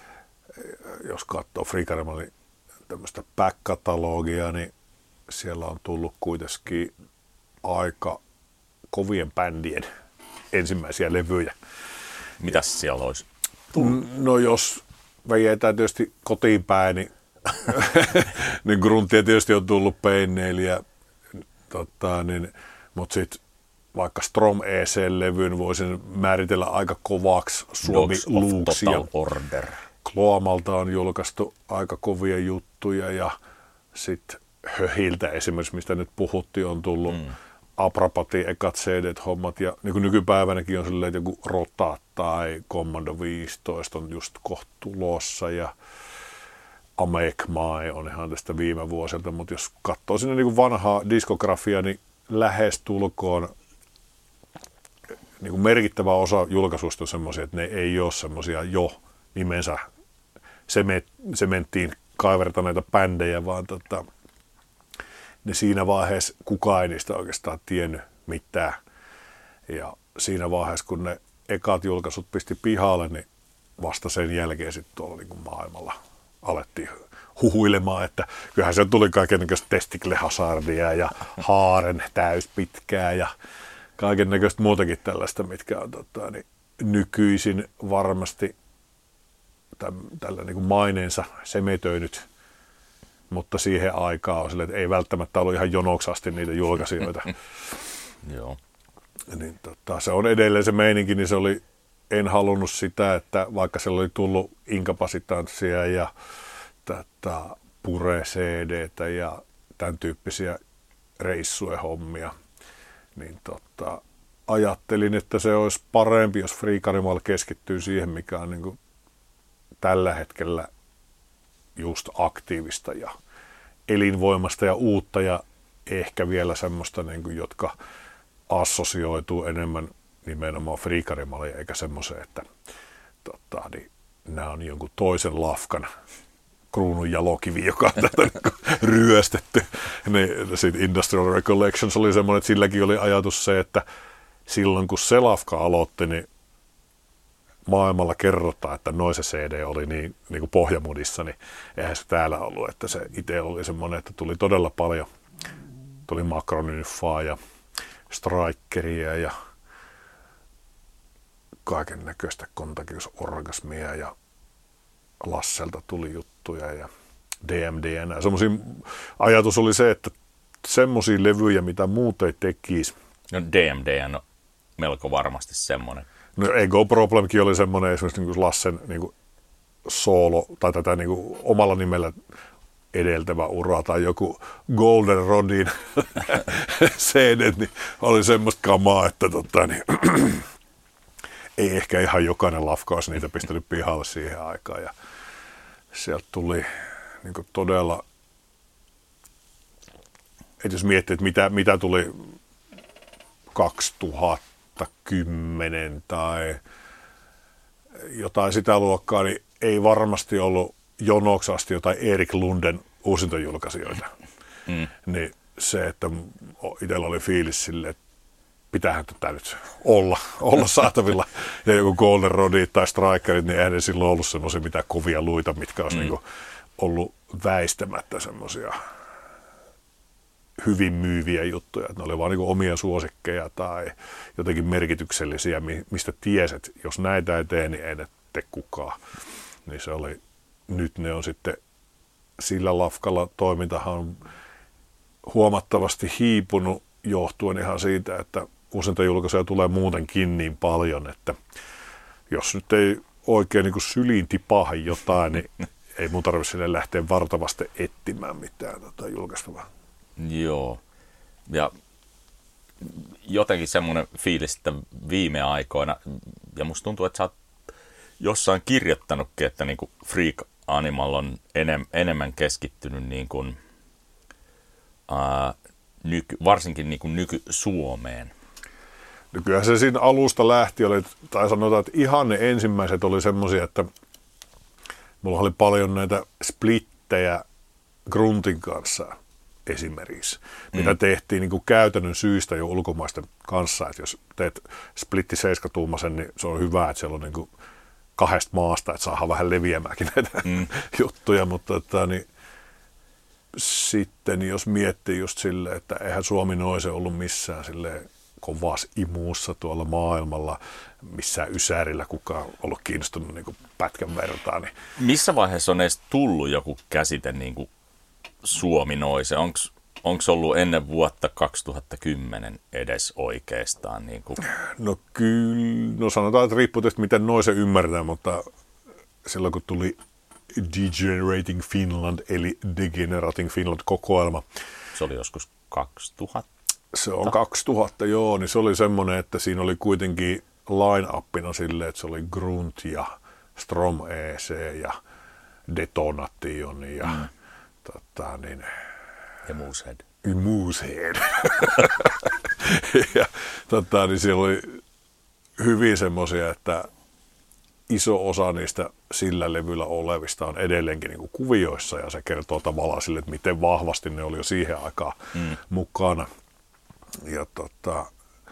jos katsoo Freak Animalin tämmöistä back-katalogia, niin siellä on tullut kuitenkin aika kovien bändien ensimmäisiä levyjä. Mitäs siellä olisi? No jos vejetään tietysti kotiin päin, niin, niin gruntia tietysti on tullut Paineillä, tota, niin, mutta sitten vaikka Strom E C-levyn voisin määritellä aika kovaksi Suomi-luuksi. Order. Kloamalta on julkaistu aika kovia juttuja ja sitten Höhiltä esimerkiksi, mistä nyt puhuttiin, on tullut mm. Aprapatin ekat C D-hommat ja niin kuin nykypäivänäkin on silleen, että joku Rota tai Commando viisitoista on just kohta tulossa ja Amekmai on ihan tästä viime vuosilta, mutta jos katsoo sinne niin kuin vanhaa diskografiaa, niin lähestulkoon niin kuin merkittävä osa julkaisuista on semmoisia, että ne ei ole semmoisia jo nimensä sementtiin kaivertaneita bändejä, vaan tota, ne siinä vaiheessa kukaan ei niistä oikeastaan tiennyt mitään. Ja siinä vaiheessa, kun ne ekat julkaisut pisti pihalle, niin vasta sen jälkeen sitten tuolla niin kuin maailmalla alettiin huhuilemaan, että kyllähän se tuli kaikennäköistä Testicle Hazardia ja Haaren täyspitkää ja kaikennäköistä muutakin tällaista, mitkä on tota, niin nykyisin varmasti täm, tällä niin kuin maineensa semetöinyt, mutta siihen aikaan on sille, että ei välttämättä ollut ihan jonoksi asti niitä julkaisijoita. Joo. Niin, tota, se on edelleen se meininki, niin se oli, en halunnut sitä, että vaikka siellä oli tullut inkapasitanssia ja tätä pure-C D:tä ja tämän tyyppisiä reissuja hommia, niin tota, ajattelin, että se olisi parempi, jos Freak Animal keskittyy siihen, mikä on niin kuin tällä hetkellä just aktiivista ja elinvoimasta ja uutta ja ehkä vielä semmoista, niin kuin, jotka assosioituu enemmän nimenomaan Freak Animalia eikä semmoiseen, että tota, niin, nämä on jonkun toisen lafkan kruunun jalokivi, joka on tätä niin ryöstetty. Niin, sitten Industrial Recollections oli semmoinen, että silläkin oli ajatus se, että silloin kun se lafka aloitti, niin maailmalla kerrotaan, että Noise C D oli niin, niin kuin pohjamudissa, niin eihän se täällä ollut. Että se itse oli semmoinen, että tuli todella paljon. Tuli Makronymfaa ja Strikeria ja kaiken näköistä kontakiusorgasmia ja Lasselta tuli juttuja ja D M D N. Semmoisia ajatus oli se, että semmoisia levyjä, mitä muut ei tekisi. No D M D N on melko varmasti semmoinen. No Ego Problemkin oli semmoinen esimerkiksi niin kuin Lassen niin kuin soolo tai tätä niin kuin omalla nimellä edeltävä ura tai joku Golden Rodin C D, niin oli semmoista kamaa, että tota, niin, ei ehkä ihan jokainen lafka olisi niitä pistänyt pihalle siihen aikaan. Ja sieltä tuli niin kuin todella, että jos miettii, että mitä, mitä tuli kaksituhattakymmenen tai jotain sitä luokkaa, niin ei varmasti ollut jonoksi asti jotain Erik Lunden uusintojulkaisijoita. Mm. Niin se, että itsellä oli fiilis silleen, että pitäähän tätä nyt olla, olla saatavilla. Ja joku Golden Rodit tai Strikerit, niin eihän ne silloin ollut semmoisia mitään kovia luita, mitkä olisi mm. niin kuin ollut väistämättä semmoisia hyvin myyviä juttuja. Että ne oli vaan niin kuin omia suosikkeja tai jotenkin merkityksellisiä, mistä tiesi, että jos näitä ei tee, niin ei ne tee kukaan. Niin se oli, nyt ne on sitten sillä lafkalla toimintahan on huomattavasti hiipunut johtuen ihan siitä, että uusintajulkaisuja tulee muutenkin niin paljon, että jos nyt ei oikein niin kuin syliin tipaaha jotain, niin ei mun tarvitse sille lähteä vartavasti etsimään mitään tota julkaistavaa. Joo. Ja jotenkin semmoinen fiilis, että viime aikoina, ja musta tuntuu, että sä oot jossain kirjoittanutkin, että niin kuin Freak Animal on enem, enemmän keskittynyt niin kuin, ää, nyky, varsinkin niin kuin nyky-Suomeen. No kyllähän se siinä alusta lähti, oli, tai sanotaan, että ihan ne ensimmäiset oli semmoisia, että mulla oli paljon näitä splittejä gruntin kanssa esimerkiksi, mm. mitä tehtiin niin kuin käytännön syistä jo ulkomaisten kanssa, että jos teet splitti seitsemän-tuumaisen, niin se on hyvä, että siellä on niin kuin kahdesta maasta, että saadaan vähän leviämäänkin näitä mm. juttuja, mutta että, niin, sitten jos miettii just silleen, että eihän Suomi Noise ollut missään silleen kovassa imuussa tuolla maailmalla, missään ysärillä kukaan ollut kiinnostunut niin kuin pätkän vertaa. Niin. Missä vaiheessa on edes tullut joku käsite niin kuin Suomi Noise? Onko ollut ennen vuotta kaksituhattakymmenen edes oikeastaan? Niin kuin? No kyllä, no sanotaan, että riippuu tietysti miten Noise ymmärtää, mutta silloin kun tuli Degenerating Finland, eli Degenerating Finland-kokoelma. Se oli joskus kaksituhatta. Se on kaksituhatta, joo, niin se oli semmoinen, että siinä oli kuitenkin line-uppina silleen, että se oli Grunt ja Strom E C ja Detonation ja mm. tota niin... Ja Moosehead. Moosehead. ja tota niin siellä oli hyvin semmoisia, että iso osa niistä sillä levyllä olevista on edelleenkin niin kuin kuvioissa ja se kertoo tavallaan sille, että miten vahvasti ne oli jo siihen aikaan mm. mukana. Ja, tota,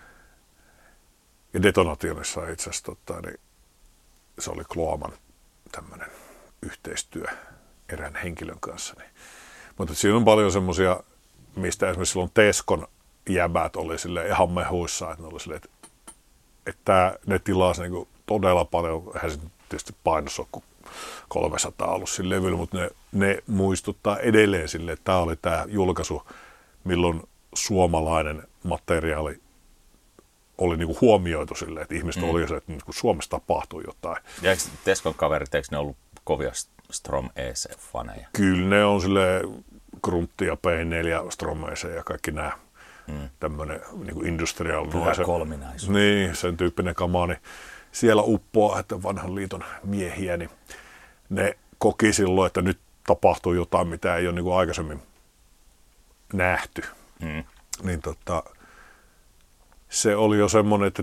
ja Detonationissa itse asiassa tota, niin se oli Kloaman tämmöinen yhteistyö erään henkilön kanssa. Niin. Mutta siinä on paljon semmoisia, mistä esimerkiksi silloin Teskon jäbät oli sille ihan mehuissa, että ne oli silleen, että, että ne tilasi niin kuin todella paljon, eihän se tietysti painossa ole kuin kolmesataa ollut sillä levyllä, mutta ne, ne muistuttaa edelleen sille, että tämä oli tämä julkaisu, milloin suomalainen materiaali oli niinku huomioitu silleen, että ihmiset mm. oli se, että niinku Suomessa tapahtuu jotain. Ja eikö Teskon kaverit, eikö ne ollut kovia Strom E C-faneja? Kyllä ne on silleen Gruntti ja P neljä, Strom E C ja kaikki nämä mm. tämmöinen niinku industrial. Hyvä kolminaisuus. Niin, sen tyyppinen kamaa, niin siellä uppoaa, että vanhan liiton miehiä, niin ne koki silloin, että nyt tapahtuu jotain, mitä ei ole niinku aikaisemmin nähty. Mm. Niin tota, se oli jo semmoinen, että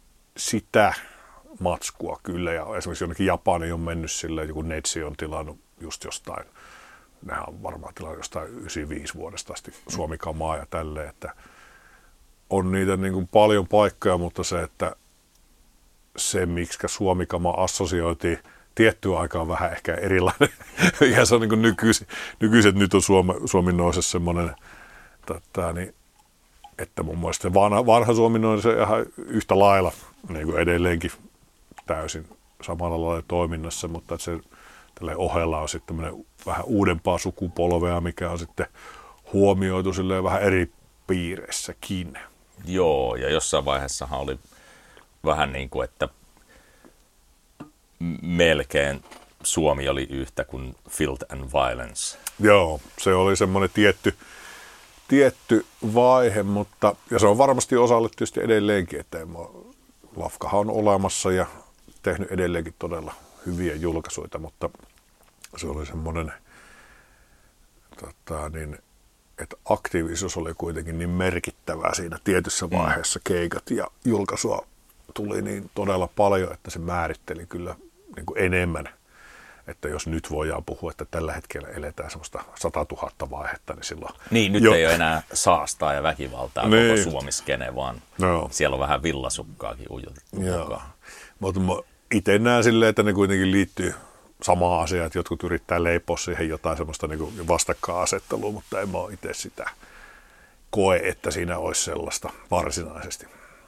sitä matskua kyllä, ja esimerkiksi jonnekin Japani on mennyt silleen, joku Netsi on tilannut just jostain, nehän on varmaan tilanne jostain yhdeksänkymmentäviisi vuodesta asti Suomi-kamaa ja tälleen, että on niitä niin kuin paljon paikkoja, mutta se, että se, miksi Suomi-kama assosioitiin tiettyä aikaa vähän ehkä erilainen. ja se on niin kuin nykyiset, nykyiset, nyt on Suomi, Suomi noisessa semmoinen, tota, niin, että mun mielestä se vanha, vanha Suomi noisessa ihan yhtä lailla niin kuin edelleenkin täysin samalla lailla toiminnassa, mutta se tällä ohella on sitten tämmöinen vähän uudempaa sukupolvea, mikä on sitten huomioitu silleen vähän eri piireissäkin. Joo, ja jossain vaiheessahan oli vähän niin kuin, että melkein Suomi oli yhtä kuin Filth and Violence. Joo, se oli semmoinen tietty, tietty vaihe, mutta ja se on varmasti osalle tietysti edelleenkin, että Lafkahan on olemassa ja tehnyt edelleenkin todella hyviä julkaisuja, mutta se oli semmoinen, tota, niin, että aktiivisuus oli kuitenkin niin merkittävää siinä tietyssä vaiheessa. Keikat ja julkaisua tuli niin todella paljon, että se määritteli kyllä niin kuin enemmän. Että jos nyt voidaan puhua, että tällä hetkellä eletään semmoista satatuhatta vaihetta, niin silloin... Niin, nyt jo ei ole enää saastaa ja väkivaltaa niin. Koko Suomiskene, vaan no. Siellä on vähän villasukkaakin ujutettu mukaan. Mutta itse näen silleen, että ne kuitenkin liittyy samaan asiaan, että jotkut yrittää leipoa siihen jotain semmoista niin vastakkainasettelua, mutta en mä ole itse sitä koe, että siinä olisi sellaista varsinaisesti.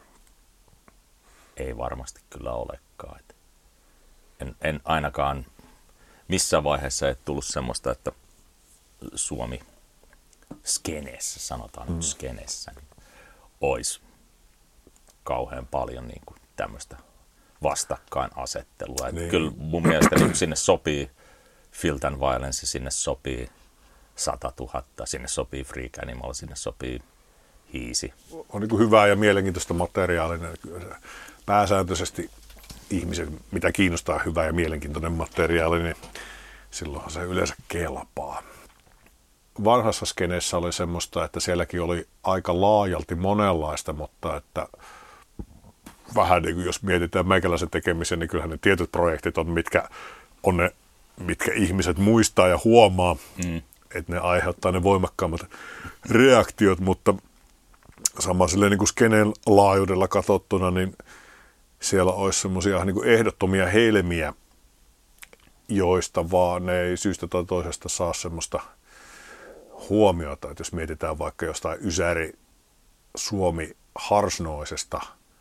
Ei varmasti kyllä olekaan. En, en ainakaan missään vaiheessa ei tullut semmoista, että Suomi skeneessä, sanotaan mm. skeneessä, niin olisi kauhean paljon niin kuin tämmöistä vastakkainasettelua. Niin. Kyllä mun mielestä niin sinne sopii Filth and Violence, sinne sopii satatuhatta, sinne sopii Freak Animal, sinne sopii Hiisi. On niin kuin hyvää ja mielenkiintoista materiaalia. Pääsääntöisesti ihmiset, mitä kiinnostaa hyvä ja mielenkiintoinen materiaali, niin silloinhan se yleensä kelpaa. Vanhassa skeneessä oli semmoista, että sielläkin oli aika laajalti monenlaista, mutta että vähän niin kuin jos mietitään meikäläisen tekemisen, niin kyllähän ne tietyt projektit on, mitkä on ne, mitkä ihmiset muistaa ja huomaa, mm. että ne aiheuttaa ne voimakkaammat reaktiot, mutta sama silleen niin kuin skeneen laajuudella katsottuna, niin siellä olisi semmoisia niin kuin ehdottomia helmiä, joista vaan ne ei syystä tai toisesta saa semmoista huomiota. Että jos mietitään vaikka jostain Ysäri Suomi Harsnoisesta,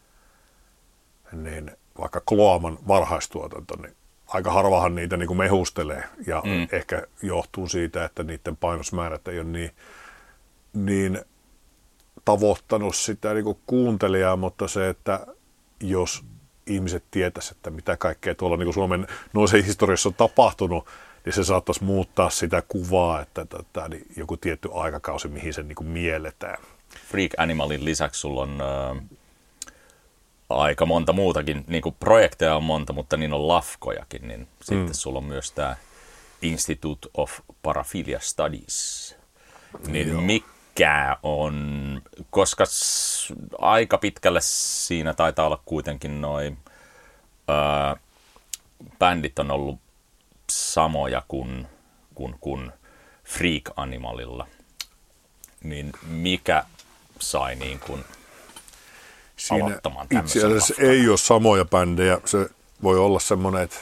niin vaikka Kloaman varhaistuotanto, niin aika harvahan niitä niin kuin mehustelee. Ja mm. ehkä johtuu siitä, että niiden painosmäärät ei ole niin, niin tavoittanut sitä niin kuin kuuntelijaa, mutta se, että jos ihmiset tietäisivät, että mitä kaikkea tuolla niin kuin Suomen noisen historiassa on tapahtunut, niin se saattaisi muuttaa sitä kuvaa, että tota, niin joku tietty aikakausi, mihin se niin kuin mielletään. Freak Animalin lisäksi sulla on äh, aika monta muutakin, niin kuin projekteja on monta, mutta niin on lafkojakin, niin mm. sitten sulla on myös tämä Institute of Paraphilia Studies. Niin Joo. mikä on, koska aika pitkälle siinä taitaa olla kuitenkin noi äh, bändit on ollut samoja kuin, kuin, kuin Freak Animalilla, niin mikä sai niin kuin aloittamaan tämmöisen? Itse asiassa ei ole samoja bändejä. Se voi olla semmoinen, että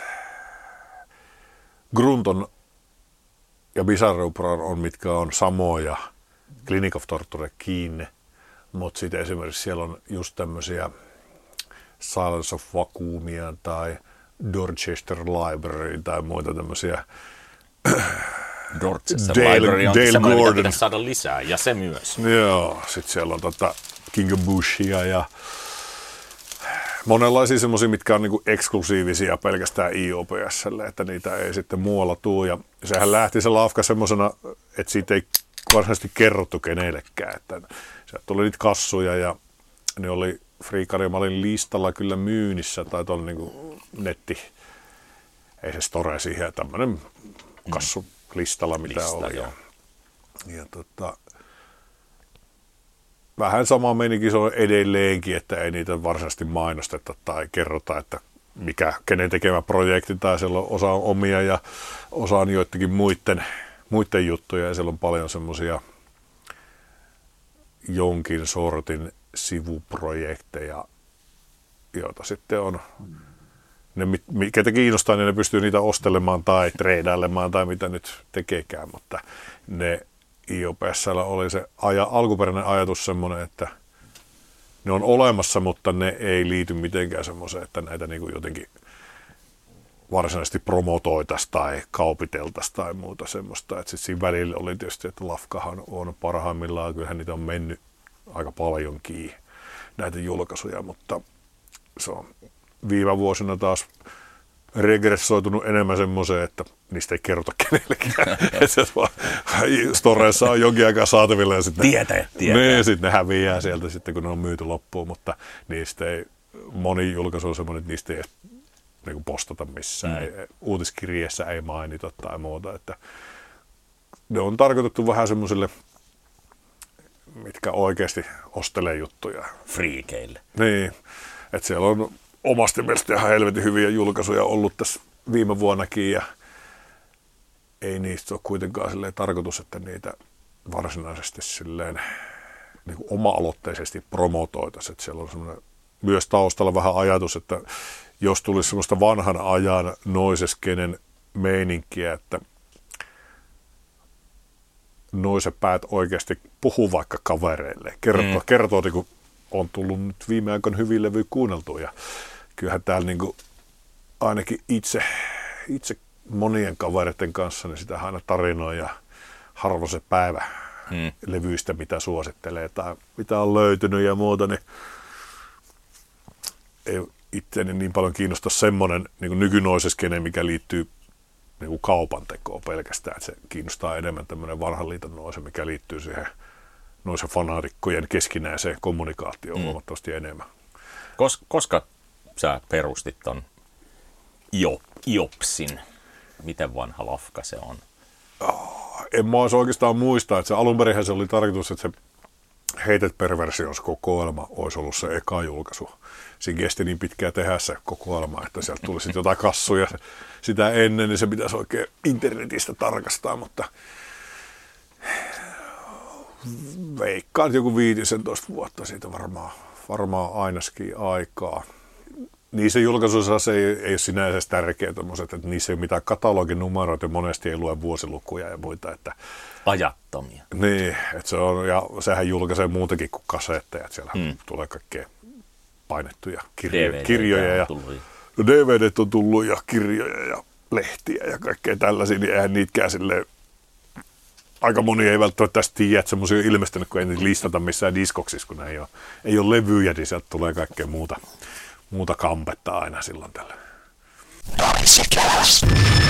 Grunton ja Bizarre Uproar on, mitkä on samoja, Clinic of Torture kiinni, mutta sitten esimerkiksi siellä on just tämmöisiä Silence of Vacuumia tai Dorchester Library tai muita tämmöisiä. Dorchester Dale, Library on Dale semmoinen, Gordon. mitä pitäisi saada lisää, ja se myös. Joo, sitten siellä on tota King of Bushia ja monenlaisia semmoisia, mitkä on niinku eksklusiivisia pelkästään I O P S:lle, että niitä ei sitten muualla tule. Ja sehän lähti se lafka semmoisena, että siitä ei varsinaisesti kerrottu kenellekään. Että sieltä tuli niitä kassuja ja ne oli Freak Animalin listalla kyllä myynnissä tai tuolla niinku netti, ei se store siihen, tämmöinen kassu listalla mitä Lista, oli. Ja, ja tota, vähän sama menikin se on edelleenkin, että ei niitä varsinaisesti mainosteta tai kerrota, että mikä, kenen tekemä projekti, tai siellä on osa on omia ja osa on joidenkin muiden, muiden juttuja, ja siellä on paljon semmoisia jonkin sortin sivuprojekteja, joita sitten on, ne ketä kiinnostaa, niin ne pystyy niitä ostelemaan tai treidailemaan tai mitä nyt tekeekään, mutta ne I O P S:llä oli se aja, alkuperäinen ajatus semmoinen, että ne on olemassa, mutta ne ei liity mitenkään semmoiseen, että näitä niin kuin jotenkin varsinaisesti promotoitaisiin tai kaupiteltaisiin tai muuta semmoista. Että sitten siinä välillä oli tietysti, että Lafkahan on parhaimmillaan, kyllähän niitä on mennyt aika paljonkin näitä julkaisuja, mutta se on viime vuosina taas regressoitunut enemmän semmoiseen, että niistä ei kerrota kenellekään. Storeissa on jonkin aikaa saatavilla ja sitten tietää, tietää. Ne, sitten ne häviää sieltä sitten, kun ne on myyty loppuun, mutta niistä ei, moni julkaisu on semmoinen, että niistä ei edes niin postata missään, mm. ei, uutiskirjeessä ei mainita tai muuta, että ne on tarkoitettu vähän semmoisille, mitkä oikeasti ostelee juttuja. Friikeille. Niin, että siellä on omasta mielestä ihan helvetin hyviä julkaisuja ollut tässä viime vuonnakin, ja ei niistä ole kuitenkaan silleen tarkoitus, että niitä varsinaisesti silleen niin kuin oma-aloitteisesti promotoitaisiin. Että siellä on semmoinen myös taustalla vähän ajatus, että jos tulisi semmoista vanhan ajan noiseskenen meininkiä, että noiset päät oikeasti puhuu vaikka kavereille, kertoo, mm. kertoo niin kuin on tullut nyt viime aikoina hyviä levyjä kuunneltua, ja kyllähän täällä niin kuin ainakin itse, itse monien kavereiden kanssa, niin sitä aina tarinoi ja harvoin se päivä mm. levyistä, mitä suosittelee tai mitä on löytynyt ja muuta, niin ei itseäni niin paljon kiinnosta semmoinen niin nykynoiseskene, mikä liittyy niin kuin kaupan tekoon pelkästään, että se kiinnostaa enemmän tämmöinen vanhan liiton noise, mikä liittyy siihen noisen fanaatikkojen keskinäiseen kommunikaatioon mm. huomattavasti enemmän. Kos, koska sä perustit ton I O P Sin? Miten vanha lafka se on? Oh, en mä olisi oikeastaan muista, että se alunperinhän se oli tarkoitus, että se Hated Perversions-kokoelma olisi ollut se eka julkaisu. Siinä kesti niin pitkään tehdä se kokoelma, että sieltä tuli sitten jotain kassuja sitä ennen, niin se pitäisi oikein internetistä tarkastaa, mutta veikkaan joku viisitoista vuotta siitä varmaan, varmaan ainakin aikaa. Niissä julkaisuissa se ei, ei ole sinänsä tärkeä tommoset, että niissä ei ole mitään kataloginumeroita ja monesti ei lue vuosilukuja ja muita. Että ajattomia. Niin, että se on, ja sehän julkaisee muutakin kuin kasetteja, että siellä mm. tulee kaikkea painettuja kirjo, kirjoja ja D V D:t on tullut ja kirjoja ja lehtiä ja kaikkea tällaisia, niin eihän niitkään silleen, aika moni ei välttämättä tästä tiedä, että semmoisia on ilmestynyt, kun ei niitä listata missään diskoksissa, kun ei ole, ei ole levyjä, niin sieltä tulee kaikkea muuta, muuta kampetta aina silloin tällä.